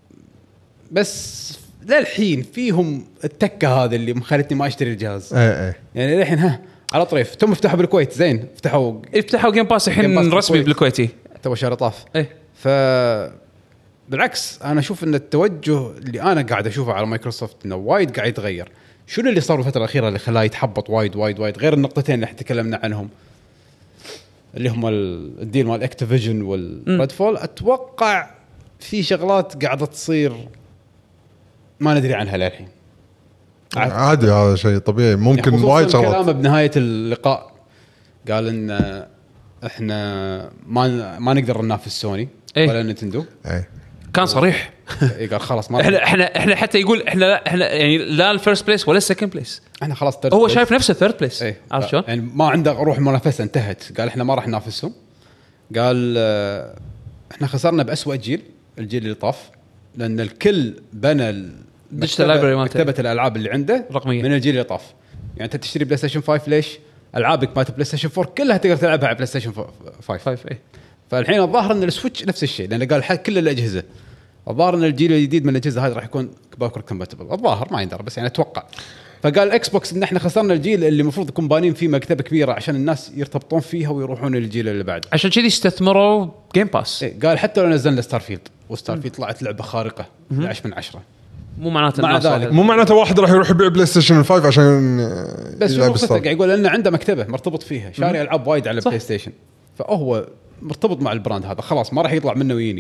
بس للحين فيهم التكه هذا اللي مخلتني ما اشتري الجهاز. اي يعني للحين على طريف تم فتحوا بالكويت زين فتحوا جيم باس الحين رسمي بالكويتي تو شهر طاف. اي ف بالعكس انا اشوف ان التوجه اللي انا قاعد اشوفه على مايكروسوفت انه وايد قاعد يتغير. شنو اللي صار الفتره الاخيره اللي خلاه يتحبط وايد غير النقطتين اللي احنا تكلمنا عنهم اللي هم الديل مال اكتيفيجن والريدفول. اتوقع في شغلات قاعده تصير ما ندري عنها للحين. عادي هذا شيء طبيعي ممكن يعني وايد شغلات. كلامه بنهايه اللقاء قال ان احنا ما نقدر ننافس سوني ولا نينتندو. كان صريح. قال خلاص ما احنا حتى يقول احنا يعني لا الفيرست بليس ولا السكند بليس احنا خلاص هو شايف نفسه ثيرد بليس. عارف شلون يعني ما عنده روح منافسه انتهت. قال احنا ما راح ننافسهم. قال احنا خسرنا بأسوأ جيل الجيل اللي طاف لان الكل بنى ديجيتال لايبرري مكتبه الالعاب اللي عنده رقميه من الجيل اللي طاف. يعني انت تشتري بلاي ستيشن 5 ليش العابك مالت بلاي ستيشن 4 كلها تقدر تلعبها على بلاي ستيشن 5. اي فالحين الظاهر ان السويتش نفس الشيء لانه قال كل الاجهزه. الظاهر ان الجيل الجديد من الاجهزه هذه راح يكون باكورد كومباتبل. الظاهر ما يندرى بس يعني اتوقع. فقال اكس بوكس ان احنا خسرنا الجيل اللي المفروض يكون بانين فيه مكتبه كبيره عشان الناس يرتبطون فيها ويروحون للجيل اللي بعده. عشان كذي استثمروا جيم باس. قال حتى لو نزلنا ستارفيلد وستارفيلد طلعت لعبه خارقه 10 من 10 مو معناته مع ذلك مو معناته واحد راح يروح يبيع بلاي ستيشن 5 عشان بس قاعد يقول انه عنده مكتبه مرتبط فيها شاري العاب وايد على بلاي ستيشن فهو مرتبط مع البراند هذا خلاص ما راح يطلع منه ويني.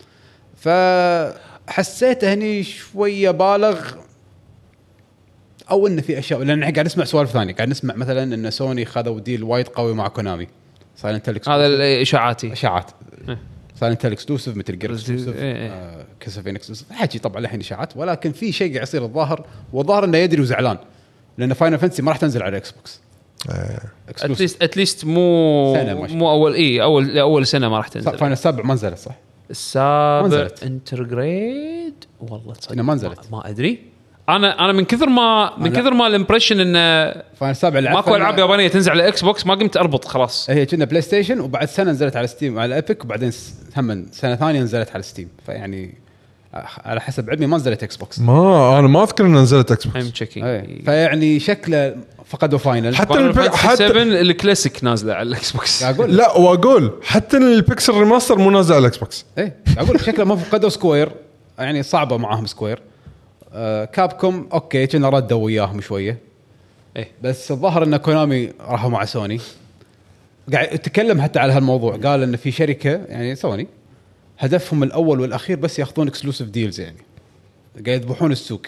فحسيته هني شويه بالغ او انه في اشياء لان احنا قاعد نسمع سوالف ثانيه. قاعد نسمع مثلا ان سوني خذوا ديل وايد قوي مع كونامي سايلنت هيل هذا الاشاعات سايلنت هيل اكسكلوسيف مثل جير اكسكلوسيف كاسلفينيا اكسكلوسيف حكي طبعا الحين اشاعات ولكن في شيء قاعد يصير الظاهر والظاهر انه يدري وزعلان لان فاينل فانتسي ما راح تنزل على اكس بوكس. اتليست مو اول سنه ما راح تنزل. فاينل 7 ما نزلت صح؟ السابع انترجريد والله تصدق ما نزلت ما ادري. انا من كثر ما الامبريشن انه فاينل 7 ماكو العاب يابانيه تنزل على اكس بوكس ما قمت اربط خلاص. هي كنا بلاي ستيشن وبعد سنه نزلت على ستيم على ايبك وبعدين هم سنه ثانيه نزلت على ستيم فيعني على حسب علمي ما نزلت اكس بوكس. انا ما اذكر ان نزلت اكس بوكس. فيعني شكله فقدوا فاينل حتى 7 الكلاسيك نازله على الاكس بوكس. لا واقول حتى البيكسل ريماستر مو نازل على الاكس بوكس. اقول شكله ما فقدوا سكوير يعني صعبه معاهم سكوير. كابكوم اوكي كنا ردوا وياهم شويه بس الظاهر ان كونامي راحوا مع سوني. قاعد يتكلم حتى على هالموضوع قال ان في شركه يعني سوني هدفهم الاول والاخير بس ياخذون اكسكلوسيف ديلز يعني قاعد يذبحون السوق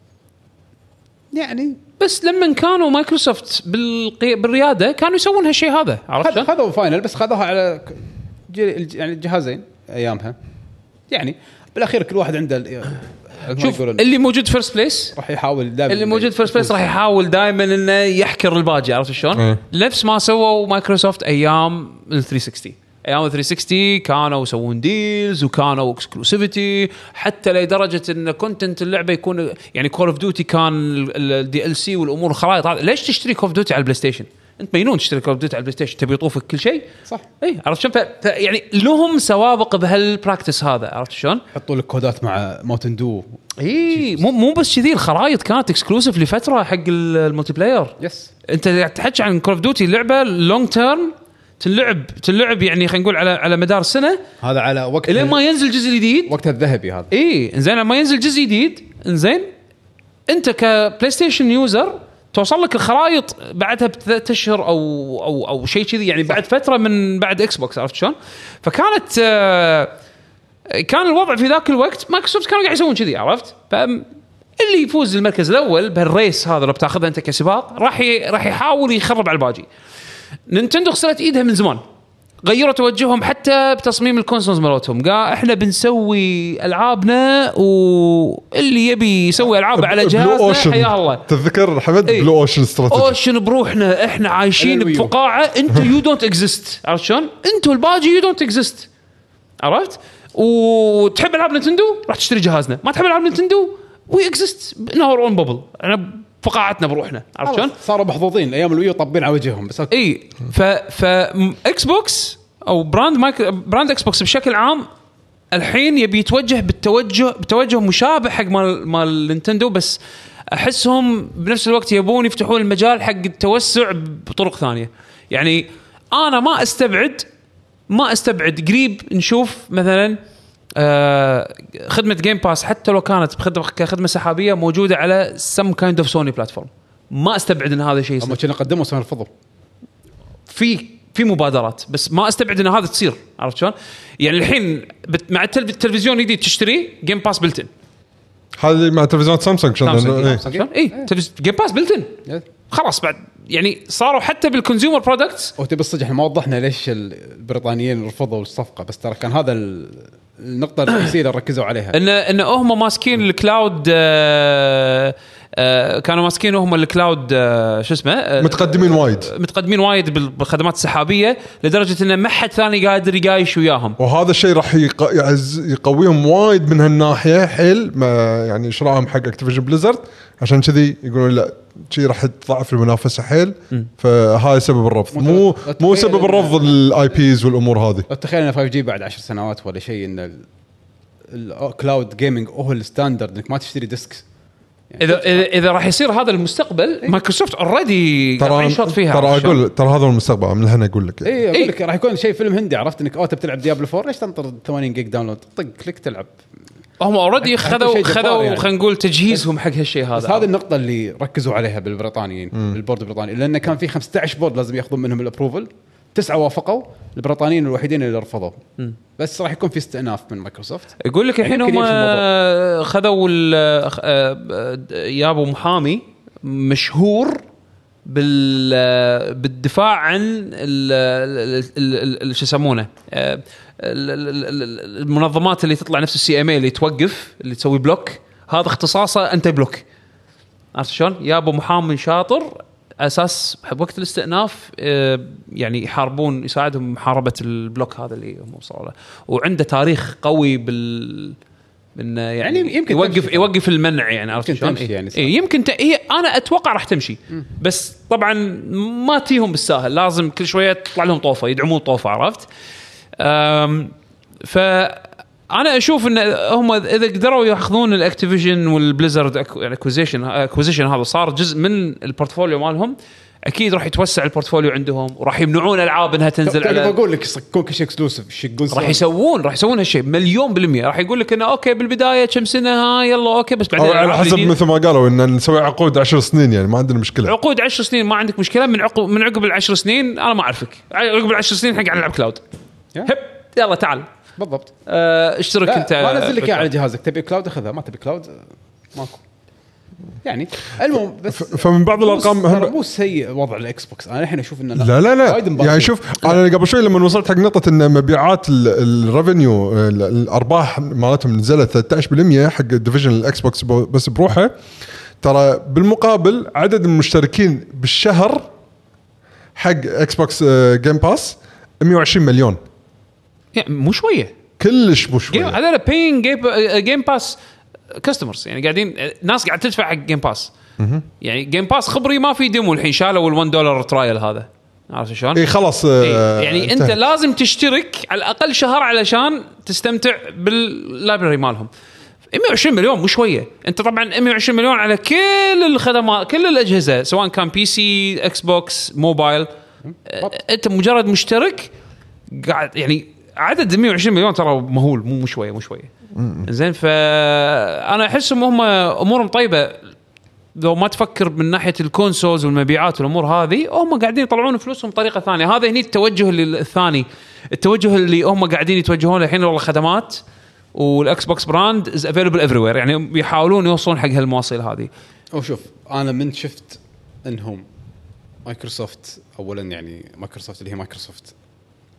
يعني. بس لما كانوا مايكروسوفت بالرياده كانوا يسوون هالشيء هذا عرفت. خذوا فاينل بس خذوها على يعني جهازين ايامها يعني بالاخير كل واحد عنده شوف اللي موجود فيرست بليس راح يحاول دائما اللي موجود فيرست بليس راح يحاول دائما انه يحكر الباقي عرفت شلون. نفس ما سووا مايكروسوفت ايام ال 360. ايام 360 كانوا يسوون ديلز وكانوا اكسكلوسيفيتي حتى لدرجه ان كونتنت اللعبه يكون يعني كول اوف ديوتي كان الدي ال سي والامور الخرائط. ليش تشتري كول اوف ديوتي على البلاي ستيشن؟ انت مجنون تشتري كول اوف ديوتي على البلاي ستيشن تبي يطوفك كل شيء صح. عرفت شلون يعني لهم سوابق بهالبراكتس هذا عرفت شلون. يحطوا لك كودات مع موتن دو مو بس كذي الخرائط كانت اكسكلوسيف لفتره حق الملتي بلاير. انت تحكي عن كول اوف ديوتي لعبه لونج تيرم تلعب يعني خلينا نقول على مدار السنه هذا على وقت لين ما ينزل جزء جديد وقت الذهبي هذا. انزين لما ينزل جزء جديد انزين انت كبلاي ستيشن يوزر توصل لك الخرائط بعدها ب3 أشهر او شيء كذي يعني بعد فتره من بعد اكس بوكس عرفت شلون. فكانت كان الوضع في ذاك الوقت مايكروسوفت كانوا قاعد يسوون كذي عرفت. اللي يفوز المركز الاول بهالريس هذا لو بتاخذها انت كسباق راح يحاول يخرب على الباقي. نينتندو غسلت ايدها من زمان غيروا توجههم حتى بتصميم الكونسولز مالتهم. قال احنا بنسوي العابنا واللي يبي يسوي العاب على جهازنا حياه الله. تذكر حمد بلو اوشن استراتيجي اوشن بروحنا احنا عايشين بفقاعه انت يو دونت اكزيست. عرفت شلون؟ انتوا الباجي يو دونت اكزيست. عرفت؟ وتحب العاب نينتندو راح تشتري جهازنا، ما تحب العاب نينتندو وي اكزيست ان اور اون بابل. انا فقاعتنا بروحنا. عرفت شلون؟ صاروا محظوظين ايام الويو طابين على وجههم بس أوكي. اي ف اكس بوكس او براند اكس بوكس بشكل عام الحين يبي يتوجه بتوجه مشابه حق مال نينتندو، بس احسهم بنفس الوقت يبون يفتحون المجال حق التوسع بطرق ثانيه. يعني انا ما استبعد قريب نشوف مثلا خدمه جيم باس حتى لو كانت كخدمه سحابيه موجوده على some kind of Sony platform. ما استبعد ان هذا شيء هم كانوا قدموا سنه الفضل في مبادرات، بس ما استبعد ان هذا تصير. عرفت شلون؟ يعني الحين مع التلفزيون الجديد تشتري جيم باس بلتن. هذا مع تلفزيون سامسونج اي جيم باس بلتن خلاص. بعد يعني صاروا حتى بالكونسيومر برودكتس. وتبي الصدق احنا ما وضحنا ليش البريطانيين رفضوا الصفقه، بس ترى كان هذا النقطه الرئيسيه اللي ركزوا عليها، ان هم ماسكين الكلاود. كانوا ماسكين هم الكلاود شو اسمه متقدمين وايد بالخدمات السحابيه لدرجه ان ما حد ثاني قادر يقايش وياهم. وهذا الشيء راح يقويهم وايد من هالناحيه حيل. ما يعني شراهم حق اكتيفيجن بليزرد عشان كذي يقولون لا شيء راح تضعف المنافسه حيل. فهذا سبب الرفض، مو سبب الرفض الاي بيز والامور هذه. تخيل ان 5G بعد 10 سنوات ولا شيء ان الكلاود جيمنج هو الستاندرد انك ما تشتري ديسكس. يعني اذا راح يصير هذا المستقبل مايكروسوفت اوريدي قاعد يشوط فيها. ترى هذا المستقبل من هنا اقول لك. اقول لك راح يكون شيء فيلم هندي. عرفت انك انت بتلعب ديابلو 4 ليش تنطر 80 جيج داونلود؟ طق كليك تلعب. هم اوريدي خذوا يعني. خلينا نقول تجهيزهم حق هالشيء هذا. بس هذه النقطه اللي ركزوا عليها بالبريطانيين بالبورد البريطاني، لان كان في 15 بورد لازم ياخذون منهم الابروفل. 9 وافقوا، البريطانيين الوحيدين اللي رفضوا. بس راح يكون في استئناف من مايكروسوفت. يقول لك الحين هم خذوا يابو محامي مشهور بالدفاع عن شو يسمونه المنظمات اللي تطلع نفس الCMA اللي توقف اللي تسوي بلوك. هذا اختصاصه انت بلوك. عرفت شلون؟ يابو محامي شاطر اساس بوقت الاستئناف يعني يحاربون يساعدهم بمحاربه البلوك هذا اللي هم وصلوا له. وعنده تاريخ قوي من يعني يمكن يوقف المنع. يعني عرفت شلون؟ يعني يمكن هي انا اتوقع راح تمشي. بس طبعا ما تيهم بالساهل، لازم كل شويه تطلع لهم طوفه يدعمون طوفه. عرفت؟ فانا اشوف ان هم اذا قدروا ياخذون الاكتيفيجن والبليزرد اكوزيشن هذا صار جزء من البورتفوليو مالهم، اكيد راح يتوسع البورتفوليو عندهم وراح يمنعون العاب انها تنزل على. بقول لك يكون كل شيء اكسكلوسيف. راح يسوون هالشيء 100%. راح يقول لك انه اوكي بالبدايه كم سنه ها يلا اوكي، بس بعدين على حسب مثل ما قالوا ان نسوي عقود 10 سنين. يعني ما عندنا مشكله. عقود 10 سنين ما عندك مشكله. من عقب ال10 سنين انا ما اعرفك. عقب ال10 سنين حق نلعب كلاود. هب يلا تعال بالضبط. اشترك انت. ما نزل لك على جهازك. تبي كلاود اخذها، ما تبي كلاود ماكو. يعني المهم بس فمن بعض الارقام مو سيء وضع الاكس بوكس. انا الحين اشوف انه لا يعني شوف انا قبل شوي لما وصلت حق نقطه ان مبيعات الريفينيو الارباح مالتهم نزلت 13% حق ديفيجن الاكس بوكس بس بروحه. ترى بالمقابل عدد المشتركين بالشهر حق اكس بوكس جيم باس 120 مليون. يعني مو شويه، كلش مو شويه. هذا بينج جيم باس كاستمرز. يعني قاعدين ناس قاعد تدفع حق جيم باس. يعني جيم باس خبري ما في ديمو الحين شالوا $1 ترايل هذا. عارف شلون؟ اي خلاص. يعني انت لازم تشترك على الاقل شهر علشان تستمتع باللايبراري مالهم. 120 مليون مو شويه. انت طبعا 120 مليون على كل الخدمات كل الاجهزه سواء كان بي سي اكس بوكس موبايل. انت مجرد مشترك قاعد يعني عدد 120 مليون ترى مهول. مو شويه زين. فانا احس هم امورهم طيبه لو ما تفكر من ناحيه الكونسولز والمبيعات والامور هذه. هم قاعدين يطلعون فلوسهم بطريقه ثانيه. هذا هني التوجه الثاني، التوجه اللي هم قاعدين يتوجهون الحين والله خدمات والاكس بوكس براند از افيلبل ايفريوير. يعني يحاولون يوصلون حق هالمواصيل هذه. او شوف انا من شفت انهم مايكروسوفت اولا، يعني مايكروسوفت اللي هي مايكروسوفت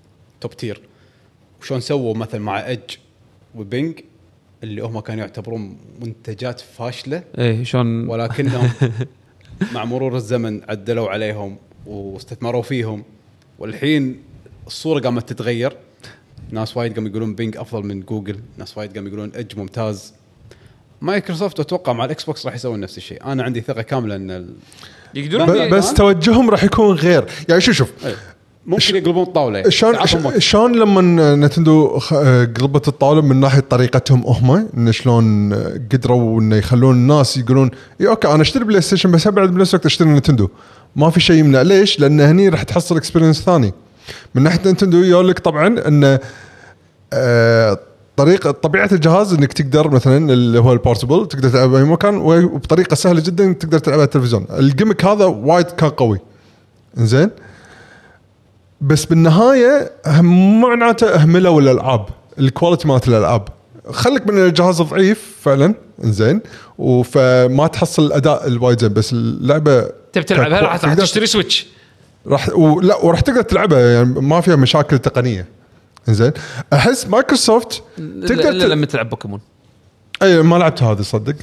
توب تير. وشون سووا مثلا مع ايدج وبينج اللي هم كانوا يعتبرون منتجات فاشله ايه شلون ولكنهم مع مرور الزمن عدلوا عليهم واستثمروا فيهم والحين الصوره قامت تتغير. ناس وايد قاموا يقولون بينج افضل من جوجل، ناس وايد قاموا يقولون ايدج ممتاز. مايكروسوفت اتوقع مع الاكس بوكس راح يسوون نفس الشيء. انا عندي ثقه كامله ان يقدرون بس توجههم راح يكون غير. يعني شوف ممكن يقلبون الطاوله يعني. شلون لما نتندو قلبت الطاوله من ناحيه طريقتهم هم ان شلون قدروا انه يخلون الناس يقولون اي اوكي انا اشتري بلاي ستيشن بس بعد بنفس الوقت اشتري نتندو ما في شيء يمنع. ليش؟ لان هني راح تحصل اكسبيرينس ثاني من ناحيه نتندو. يقول لك طبعا ان طبيعه الجهاز انك تقدر مثلا اللي هو البورتبل تقدر تلعب باي مكان وبطريقه سهله جدا تقدر تلعب على التلفزيون. الجيمك هذا وايد كان قوي انزين بس بالنهايه معناته اهملوا الالعاب الكواليتي مالت الالعاب. خليك من الجهاز ضعيف فعلا انزين فما تحصل الاداء الوايد زين بس اللعبه تبي تلعبها راح تشتري سويتش وراح تقدر تلعبها يعني ما فيها مشاكل تقنيه انزين. احس مايكروسوفت تقدر لما تلعب بوكيمون اي ما لعبت هذا صدق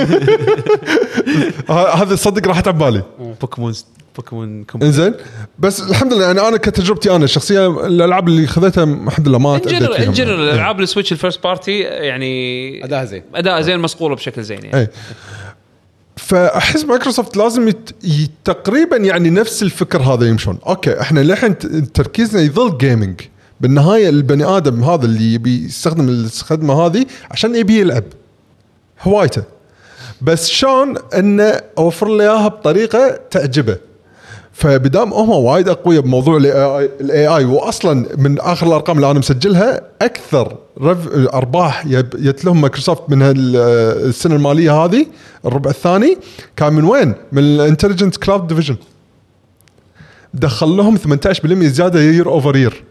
هذا صدق راح تعبالي بوكيمون انزين بس الحمد لله يعني انا كتجربتي انا الشخصيه الالعاب اللي خذيتها الحمد لله ما تأديت فيها انجنرال الالعاب السويتش الفيرست بارتي يعني اداء زين مسقوله بشكل زين يعني. فاحس مايكروسوفت لازم تقريبا يعني نفس الفكر هذا يمشون. اوكي احنا للحين تركيزنا يظل جيمنج بالنهايه البني ادم هذا اللي يبي يستخدم الخدمه هذه عشان يبي يلعب هوايته بس شلون انه اوفر له اياها بطريقه تعجبه. فبدام هم وايد اقوياء بموضوع الاي اي واصلا من اخر الارقام اللي انا مسجلها اكثر ارباح جت لهم مايكروسوفت من السنه الماليه هذه الربع الثاني كان من وين؟ من الانتليجنت كلاود ديفيجن دخل لهم 18% زياده يير اوفر يير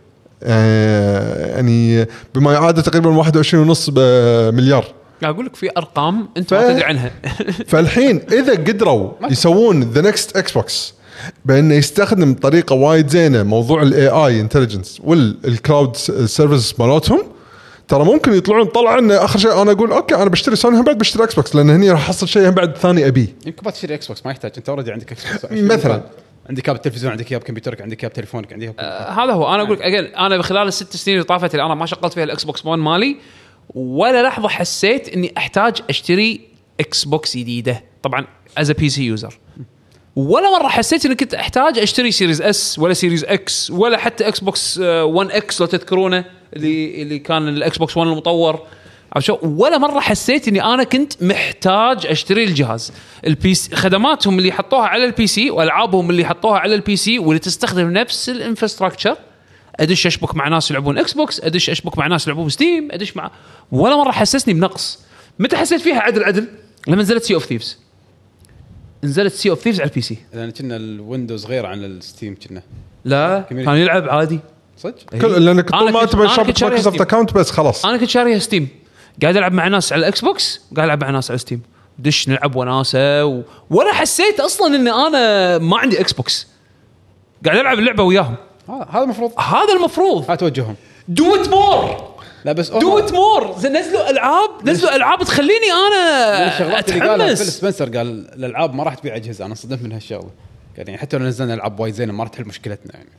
يعني بما يعادل تقريبا 21.5 مليار. اقول لك في ارقام انت ما تدري عنها. فالحين اذا قدروا يسوون ذا نكست اكس بوكس بانه يستخدم طريقه وايد زينه موضوع الاي اي انتليجنس والكلاود سيرفيس مالتهم ترى ممكن يطلعون طلع انه اخر شيء انا اقول اوكي انا بشتري سوني هم بعد بشتري اكس بوكس لان هني راح احصل شيء هم بعد ثاني ابي. يمكن ما تشتري اكس بوكس ما يحتاج انت اوريدي عندك اكس بوكس مثلا عندك كاب التلفزيون عندك كاب كمبيوترك عندك كاب تليفونك عندك هذا هو. انا اقول لك انا بخلال الست سنين اللي طافت اللي انا ما شغلت فيها الاكس بوكس 1 مالي ولا لحظه حسيت اني احتاج اشتري اكس بوكس جديده طبعا از بي سي يوزر ولا مره حسيت اني كنت احتاج اشتري سيريز اس ولا سيريز اكس ولا حتى اكس بوكس 1 اكس لو تذكرونه اللي كان الاكس بوكس 1 المطور ولا مره حسيت اني انا كنت محتاج اشتري الجهاز. البي سي خدماتهم اللي حطوها على البي سي والعابهم اللي حطوها على البي سي واللي تستخدم نفس الانفراستراكشر ادش اشبك مع ناس يلعبون اكس بوكس ادش اشبك مع ناس يلعبون ستيم ادش مع ولا مره حسسني بنقص. متى حسيت فيها عدل لما نزلت سي اوف ثيفز نزلت سي اوف ثيفز على البي سي لان كنا الويندوز غير عن الستيم كنا لا كان يلعب عادي صدق كل لانك طول ما تبي شابك مايكروسوفت اكاونت بس خلاص. انا كنت شاريها ستيم قاعد العب مع ناس على الاكس بوكس قاعد العب مع ناس على ستيم دش نلعب وناسه ولا حسيت اصلا ان انا ما عندي اكس بوكس قاعد العب اللعبه وياهم. هذا المفروض توجههم دو ات مور لا بس دو ات مور نزلوا العاب تخليني انا اتحمس. فيل سبنسر قال الالعاب ما راح تبيع اجهزه. انا صدمت من هالشغله يعني حتى لو نزلنا العاب وايد زينه ما راح تحل مشكلتنا يعني.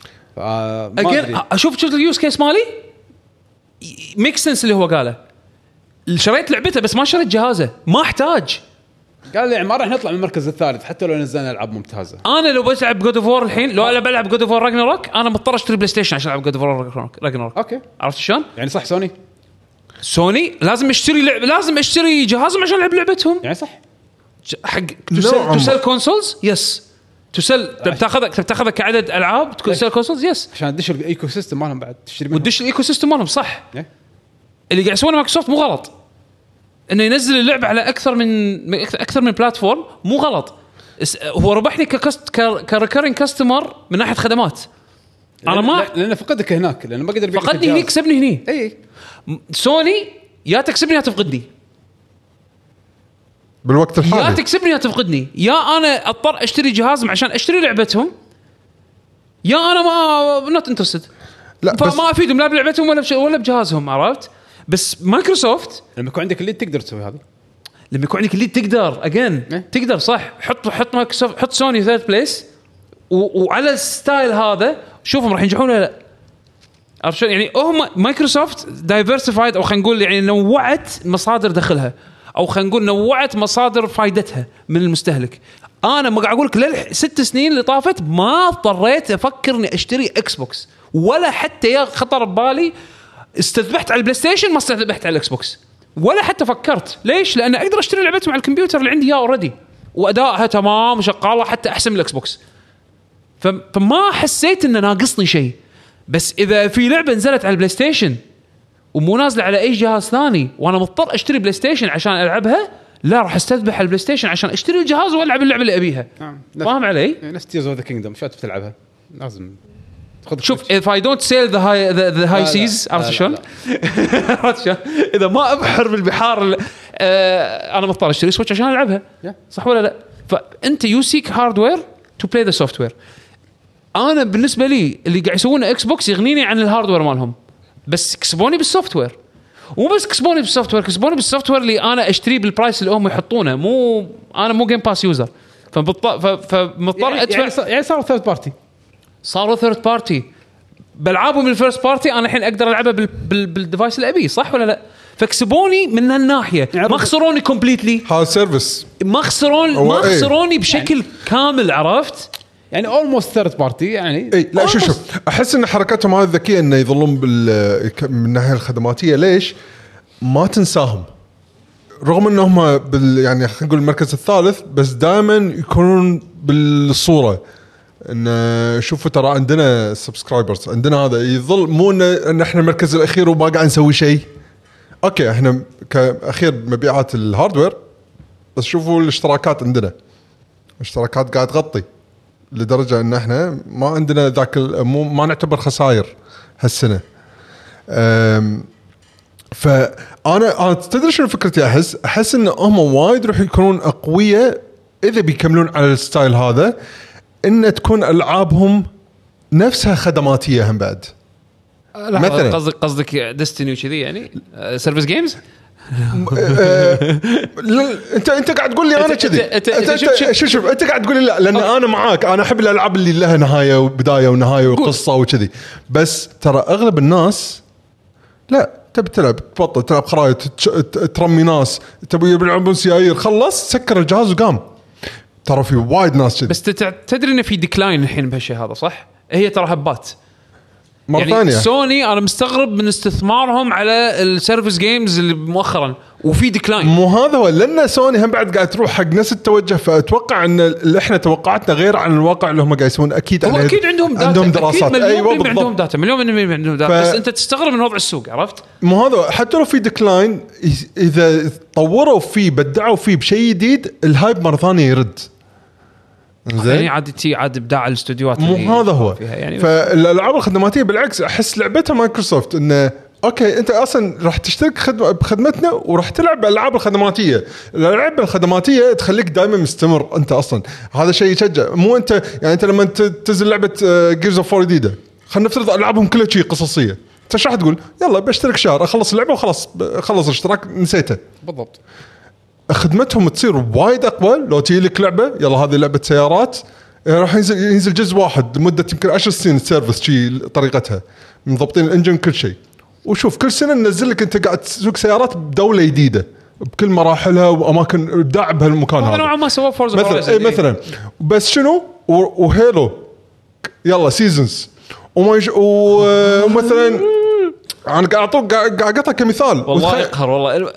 اشوف اليوز كيس مالي ميك سنس اللي هو قاله شريت لعبته بس ما شريت جهازه ما احتاج. قال لي يعني ما راح نطلع من المركز الثالث حتى لو نزلنا العاب ممتازه. انا لو بلعب جود اوف وور الحين لو انا بلعب جود اوف وور راجناروك انا مضطر اشتري بلاي ستيشن عشان العب جود اوف وور راجناروك. اوكي عرفت شلون يعني صح سوني لازم اشتري جهازهم عشان العب لعبتهم يعني صح حق تسل كونسولز يس تسل تاخذك كعدد العاب تسل كونسولز يس عشان تدش الايكو سيستم مالهم بعد تشتري ودش الايكو سيستم مالهم صح. اللي قاعد يسوونه مايكروسوفت مو غلط انه ينزل اللعبه على اكثر من بلاتفورم مو غلط. هو ربحني كريكرينج كاستمر من ناحيه خدمات. انا ما لان فقدك هناك لان ما قدر فقدني هني كسبني هني. اي سوني يا تكسبني يا تفقدني بالوقت الحالي يا تكسبني يا تفقدني يا انا اضطر اشتري جهازهم عشان اشتري لعبتهم يا انا ما نوت انترستد. لا فما افيدهم لا بلعبتهم ولا بجهازهم، عرفت؟ بس مايكروسوفت لما يكون عندك اللي تقدر تسوي هذا، لما يكون عندك اللي تقدر تقدر صح. حط مايكروسوفت، حط سوني ثيرد بليس وعلى الستايل هذا شوفهم راح ينجحون ولا لا. عرفت يعني هم مايكروسوفت دايفرسيفايد، او خلينا نقول يعني نوعت مصادر دخلها، او خلينا نقول نوعت مصادر فائدتها من المستهلك. انا ما قاعد اقول لك 6 سنين اللي طافت ما اضطريت افكر اني اشتري اكس بوكس، ولا حتى يا خطر ببالي استذبحت على البلاي ستيشن، ما استذبحت على الاكس بوكس ولا حتى فكرت. ليش؟ لان اقدر اشتري لعبتهم على الكمبيوتر اللي عندي اياه اوريدي، وادائها تمام وشغاله حتى احسن من الاكس بوكس. فما حسيت انه ناقصني شيء. بس اذا في لعبه نزلت على البلاي ستيشن ومو نازله على اي جهاز ثاني وانا مضطر اشتري بلاي ستيشن عشان العبها، لا راح استذبح على البلاي ستيشن عشان اشتري الجهاز والعب اللعبه اللي ابيها. فاهم علي؟ نفس تيرز اوف ذا كينجدوم شو تلعبها لازم شوف if I don't sail the high seas عرفت شلون؟ اذا ما ابحر بالبحار انا مضطر اشتري سويتش عشان العبها، صح ولا لا؟ فانت يو سيك هاردوير تو بلاي ذا سوفت وير. انا بالنسبه لي اللي قاعد يسوونه اكس بوكس يغنيني عن الهاردوير مالهم، بس كسبوني بالسوفت وير. ومو بس كسبوني بالسوفت وير اللي انا اشتري بالبرايس اللي هم يحطونه. انا مو جيم باس يوزر، فمضطر ادفع. يعني صاروا ثيرد بارتي بلعبهم الفيرست بارتي. انا الحين اقدر العبها بالديفايس اللي ابيه، صح ولا لا؟ فكسبوني من هالناحيه، ما خسروني كومبليتلي. هذا سيرفيس ما خسروني بشكل كامل، عرفت؟ يعني اولموست ثيرد بارتي يعني. لا شوف احس ان حركتهم هذه ذكيه انه يظلون من الناحيه الخدماتيه. ليش ما تنساهم؟ رغم انهم يعني خلينا نقول المركز الثالث، بس دائما يكونون بالصوره ان شوفوا ترى عندنا سبسكرايبرز، عندنا هذا. يظل مو ان احنا المركز الاخير وما قاعد نسوي شيء. اوكي احنا كاخير مبيعات الهاردوير، بس شوفوا الاشتراكات عندنا، الاشتراكات قاعد تغطي لدرجه ان احنا ما عندنا ذاك ما نعتبر خسائر هالسنه. فانا تدري شنو فكرتي؟ احس ان هم وايد راح يكونون اقوياء اذا بيكملون على الستايل هذا، ان تكون العابهم نفسها خدماتيه هم بعد. مثلا قصدك ديستني وكذي يعني سيرفيس جيمز. انت قاعد تقول لي انا كذي. شوف انت قاعد تقول لي لا، لان انا معاك، انا احب الالعاب اللي لها نهايه وبدايه ونهايه وقصه وكذي. بس ترى اغلب الناس لا، تبي تلعب تبطل تلعب خرايط، ترمي ناس، تبي يلعبون سيايير، خلص سكر الجهاز وقام. ترى في وايد ناس كذي. بس تدري ان في ديكلاين الحين بهالشيء هذا، صح؟ هي ترى هبات مرة يعني ثانية. سوني انا مستغرب من استثمارهم على السيرفيس جيمز اللي مؤخرا وفي ديكلاين. مو هذا هو، لان سوني هم بعد قاعد تروح حق نفس التوجه. فاتوقع ان اللي احنا توقعاتنا غير عن الواقع اللي هم قاعد يسوون. اكيد عندهم دراسات، ايوه بالضبط، عندهم داتا مليون عندهم داتا. بس انت تستغرب من وضع السوق، عرفت؟ مو هذا، حتى لو في ديكلاين اذا طوروا فيه بدعوا فيه بشيء جديد، الهايب مرة ثانية يرد. يعني عاد ابداع الاستوديوهات مو هذا هو يعني. فالالعاب الخدماتيه بالعكس احس لعبتها مايكروسوفت انه اوكي انت اصلا راح تشترك بخدمتنا وراح تلعب الالعاب الخدماتيه. الالعاب الخدماتيه تخليك دائما مستمر انت اصلا. هذا شيء يشجع. مو انت يعني انت لما تنزل لعبه جيرز اوف 4 جديده، خلينا نفترض العابهم كلها شيء قصصيه، انت ايش راح تقول؟ يلا بشترك شهر اخلص اللعبه وخلاص، خلص الاشتراك نسيته. بالضبط. خدمتهم تصير وايد اقوى. لو تجي لك لعبه، يلا هذه لعبه سيارات، راح ينزل جزء واحد لمده يمكن 10 سنين السيرفس شيء طريقتها، مضبطين الانجن كل شيء. وشوف كل سنه ننزل لك، انت قاعد تسوق سيارات بدوله جديده بكل مراحلها واماكن ابداع بهالمكان هذا. نوعا ما سووا فورزا مثلا بس شنو وهيلو يلا سيزونز ومثلا انا قاعد اقطع كمثال. والله يقهر والله.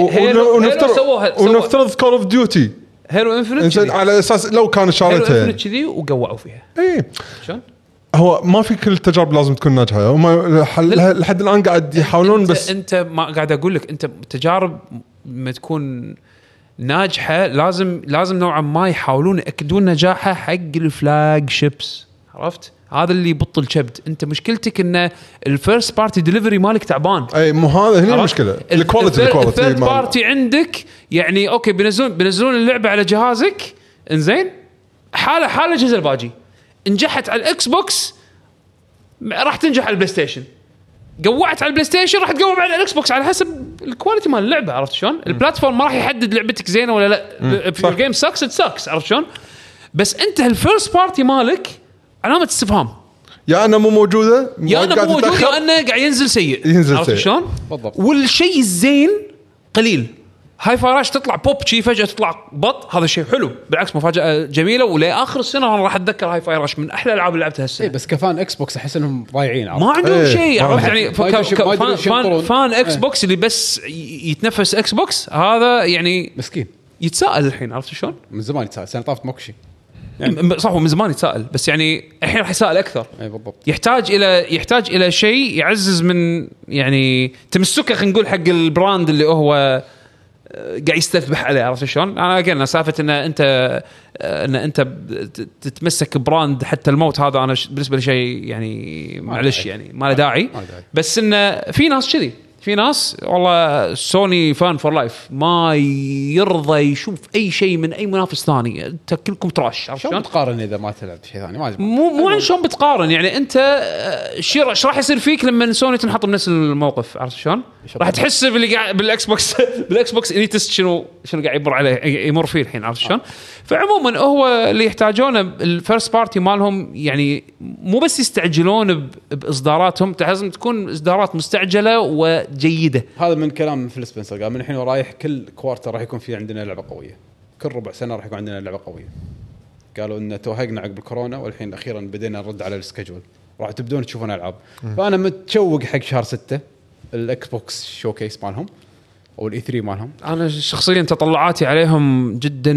ونفترض كول اوف ديوتي هيرو انفنت على اساس لو كان شارتها هيرو انفنت كذي وقوعوا فيها. اي شلون هو ما في كل التجارب لازم تكون ناجحه. هم لحد الان قاعد يحاولون. بس انت ما قاعد اقول لك، انت تجارب ما تكون ناجحه لازم نوعا ما يحاولون ياكدون نجاحها حق الفلاج شيبس، عرفت؟ هذا اللي يبطل الكبد. انت مشكلتك ان الفيرست بارتي ديليفري مالك تعبان. اي مو هذا هنا المشكله. الكواليتي الثيرد بارتي عندك يعني اوكي بينزلون اللعبه على جهازك، انزين حاله جزء الباجي نجحت على الاكس بوكس راح تنجح على البلاي ستيشن. قوعت على البلاي ستيشن راح تقوم على الاكس بوكس على حسب الكواليتي مال اللعبه. عرفت شلون؟ البلاتفورم ما راح يحدد لعبتك زينه ولا لا. في الجيم ساكس. عرفت شلون؟ بس انت الفيرست بارتي مالك علامه استفهام. يا انا مو موجوده يا انا مو موجود يا انا قاعد ينزل سيء. عرفت شلون؟ بالضبط. والشيء الزين قليل. هاي فاراش تطلع بوب شي فجأة تطلع بط، هذا شيء حلو بالعكس مفاجأة جميلة. ولاخر السنة انا راح اتذكر هاي فاراش من احلى الالعاب اللي لعبتها السنة. بس كفان اكس بوكس احس انهم ضايعين ما عندهم شيء. عرفت يعني فان اكس ايه. بوكس اللي بس يتنفس اكس بوكس هذا يعني مسكين يتساءل الحين. عرفت شلون؟ من زمان يتساءل، سنة طافت ماكو شيء يعني صح من زمان يتساءل بس يعني الحين راح يسأل اكثر. اي بالضبط. يحتاج الى شيء يعزز من يعني تمسكه خلينا نقول حق البراند اللي هو قاعد يستذبح عليه. عرفت شلون؟ انا قلنا سالفه ان انت تتمسك براند حتى الموت، هذا انا بالنسبه لي شيء يعني معلش يعني ما له داعي. بس انه في ناس كذي، في ناس والله سوني فان فور لايف ما يرضى يشوف اي شيء من اي منافس ثاني. انت كلكم تراش. عرفت شلون تقارن اذا ما تلعب شيء ثاني؟ ما مو عن شلون بتقارن يعني انت ايش راح يصير فيك لما سوني تنحط بنفس الموقف؟ عرفت شلون؟ راح تحس باللي قاعد بالاكس بوكس اليتست شنو قاعد يمر عليه يمر فيه الحين. عرفت شلون؟ فعموما هو اللي يحتاجونه الفيرست بارتي مالهم يعني مو بس يستعجلون باصداراتهم، لازم تكون اصدارات مستعجله وجيده. هذا من كلام فيل سبنسر، قال من الحين ورايح كل كوارتر راح يكون في عندنا لعبه قويه، كل ربع سنه راح يكون عندنا لعبه قويه. قالوا ان توهقنا عقب الكورونا والحين اخيرا بدينا نرد على السكجول، راح تبدون تشوفون العاب. فانا متشوق حق شهر 6 الاكس بوكس شوكيس مالهم او الاي 3 مالهم. انا شخصيا تطلعاتي عليهم جدا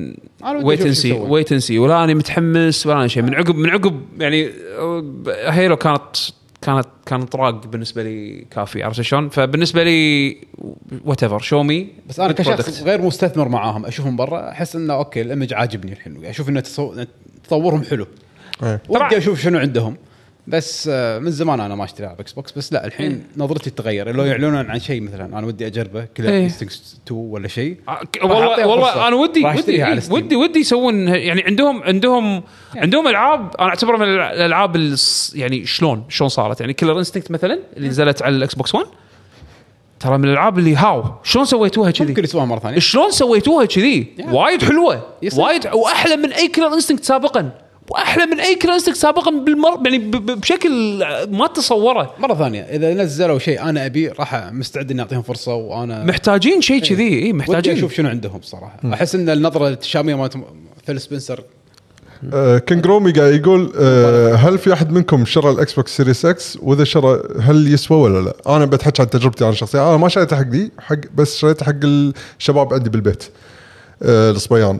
ويت اند سي ولا انا متحمس ولا شيء. من عقب يعني هيلو كانت راق بالنسبه لي كافي. عرفت شلون؟ فبالنسبه لي وات ايفر شو مي. بس انا كشخص غير مستثمر معاهم اشوفهم برا احس انه اوكي الامج عاجبني الحين، اشوف انه تصورهم حلو ودي اشوف شنو عندهم. بس من زمان انا ما اشتري اكس بوكس، بس لا الحين نظرتي تتغير. لو يعلنون عن شيء مثلا انا ودي اجربه كذا انستنكت 2 ولا شيء والله انا ودي يسوون يعني عندهم العاب انا اعتبرها من الالعاب يعني شلون صارت يعني كيلر انستنكت مثلا اللي نزلت على الاكس بوكس 1 ترى من الالعاب اللي شلون سويتوها كذي. ممكن يسووها مره ثانيه. شلون سويتوها كذي وايد حلوه وايد واحلى من اي كيلر انستنكت سابقا واحلى من اي كلاسيك سابقا بالمر يعني بشكل ما تصوره. مره ثانيه اذا نزلوا شيء انا ابي راح مستعد اني اعطيهم فرصه، وانا محتاجين شيء كذي. محتاجين اشوف شنو عندهم صراحه. احس ان النظره التشاميه مالت فيل سبنسر. كنجرومي قاعد يقول هل في احد منكم شرى الاكس بوكس سيريس اكس؟ واذا شرى هل يسوى ولا لا؟ انا بتحكي عن تجربتي انا الشخصيه. انا ما شريته حق بس شريته حق الشباب عندي بالبيت الصبيان.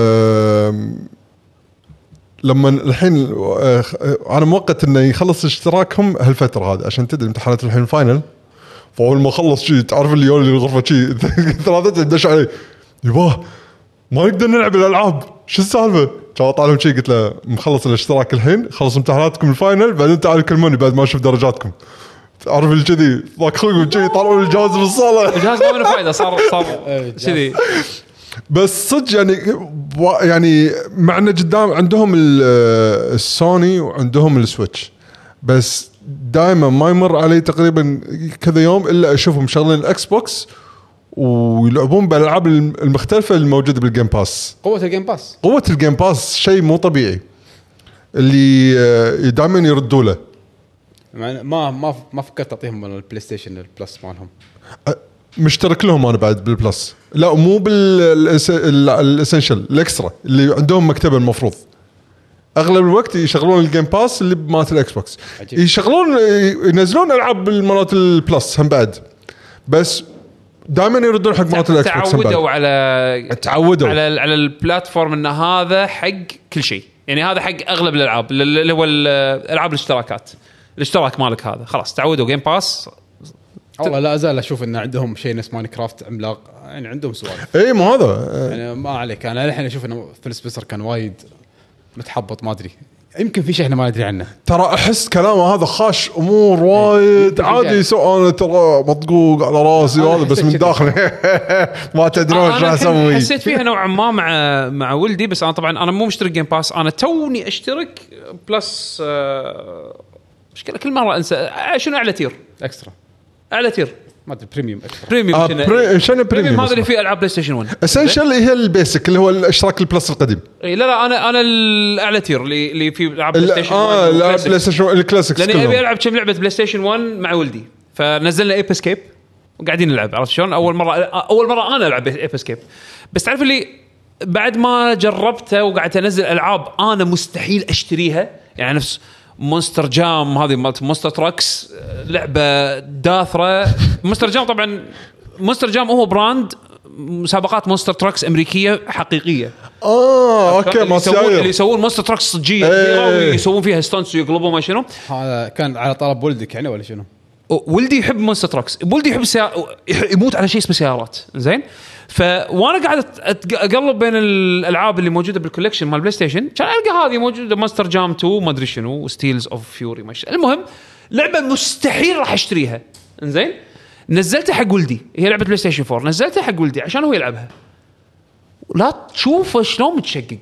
لما الحين انا موقت انه يخلص اشتراكهم هالفتره هذه عشان تدري امتحانات الحين فاينل. فاول ما خلص شيء تعرف اللي يولي الغرفه شيء ثلاثه دش علي يبا ما نقدر نلعب الالعاب شو السالفه؟ كان طالعهم شيء قلت له مخلص الاشتراك الحين خلص امتحاناتكم الفاينل بعدين تعالوا كلموني بعد ما اشوف درجاتكم. تعرف اللي كذي ضاق خلقهم شيء طلعوا الجهاز بالصاله الجهاز ما منه فايده صار كذي. بس صدق يعني معنا قدام عندهم السوني وعندهم السويتش، بس دائما ما يمر علي تقريبا كذا يوم الا اشوفهم شغلين الاكس بوكس ويلعبون بالالعاب المختلفه الموجوده بالجيم باس. قوه الجيم باس شيء مو طبيعي اللي دائما يردوا له. ما فكرت اعطيهم البلاي ستيشن البلس مالهم مشترك لهم انا بعد بالبلس. لا مو بالاسنشل الاكسترا اللي عندهم مكتبه المفروض اغلب الوقت يشغلون الجيم باس اللي بمالت الاكس بوكس يشغلون ينزلون العاب بالمالت البلس هم بعد، بس دائما يردون حق مالت الاكس بوكس. تعودوا على البلاتفورم ان هذا حق كل شيء يعني هذا حق اغلب الالعاب اللي هو الالعاب الاشتراك مالك هذا خلاص تعودوا جيم باس. والله لا أزال أشوف إن عندهم شيء اسمه ماينكرافت عملاق يعني عندهم سوالف. إيه ما هذا يعني ما عليك أنا الحين أشوف إنه فيل سبنسر كان وايد متحبط ما أدري يمكن في شيء إحنا ما ندري عنه. ترى أحس كلامه هذا خاش أمور وايد عادي سو أنا ترى مطقوق على راسي هذا بس من داخل ما تدرون شو أسوي. حسيت فيها نوعا ما مع ولدي بس أنا طبعا أنا مو مشترك جيم باس. أنا توني أشترك بلس مشكله كل مره انسى شنو اعلى تير اكسترا اعلى تير ما ادري بريميوم شنو بريميوم هذا اللي فيه العاب بلاي ستيشن 1 اسنشال هي البيسك اللي هو الاشتراك البلس القديم. لا انا الاعلى تير اللي فيه العاب بلاي ستيشن 1 بلاي ستيشن الكلاسيكس لاني ابي العب كم لعبه بلاي ستيشن 1 مع ولدي فنزلنا ايب اسكيب وقاعدين نلعب. عرفت شلون اول مره انا العب ايب اسكيب بس تعرف اللي بعد ما جربته وقعدت انزل العاب انا مستحيل اشتريها يعني نفس مونستر جام هذه مالت مونستر تراكس لعبه داثره. مونستر جام طبعا مونستر جام هو براند مسابقات مونستر تراكس امريكيه حقيقيه. اوكي ما اللي يسوون مونستر تراكس صجيه ويسوون فيها ستانس ويقلبوا ما شنو. هذا كان على طلب ولدك يعني ولا شنو؟ ولدي يحب مونستر تراكس ولدي يحب يموت على شيء اسمه سيارات زين. وانا قاعد اقلب بين الالعاب اللي موجوده بالكولكشن مال بلاي ستيشن كان القى هذه موجوده مونستر جام 2 ما ادري شنو ستيلز اوف فيوري ماشي. المهم لعبه مستحيل راح اشتريها زين. نزلتها حق ولدي هي لعبه بلاي ستيشن 4 نزلتها حق ولدي عشان هو يلعبها. لا تشوف شلون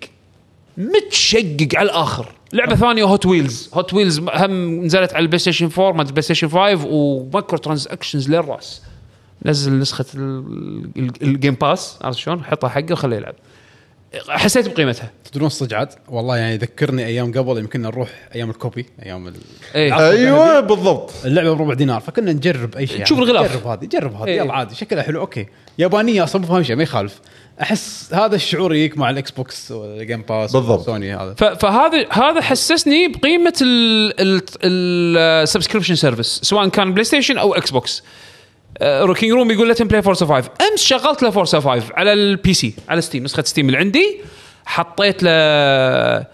متشقق على الاخر. لعبه ثانيه هوت ويلز هم نزلت على البلاي ستيشن 4 ما البلاي ستيشن 5 ومايكرو ترانزاكشنز للراس. نزل نسخه الجيم باس عرفت شلون حطها حقه وخليه يلعب. حسيت بقيمتها. تدرون صجعت والله يعني يذكرني ايام قبل يمكن نروح ايام الكوبي ايام ايوه بالضبط اللعبه بربع دينار فكنا نجرب اي شيء تشوف الغلاف جرب هذه يلا عادي شكلها حلو اوكي يابانيه اصلا فاهم شيء ما يخالف. احس هذا الشعور يجيك مع الاكس بوكس والجيم باس سوني هذا فهذا حسسني بقيمه السبسكريبشن سيرفيس سواء كان بلاي ستيشن او اكس بوكس. روكينج روم يقول لتم بلاي فورسا 5 امس شغلت له فورسا 5 على البي سي على ستيم نسخه ستيم اللي عندي حطيت له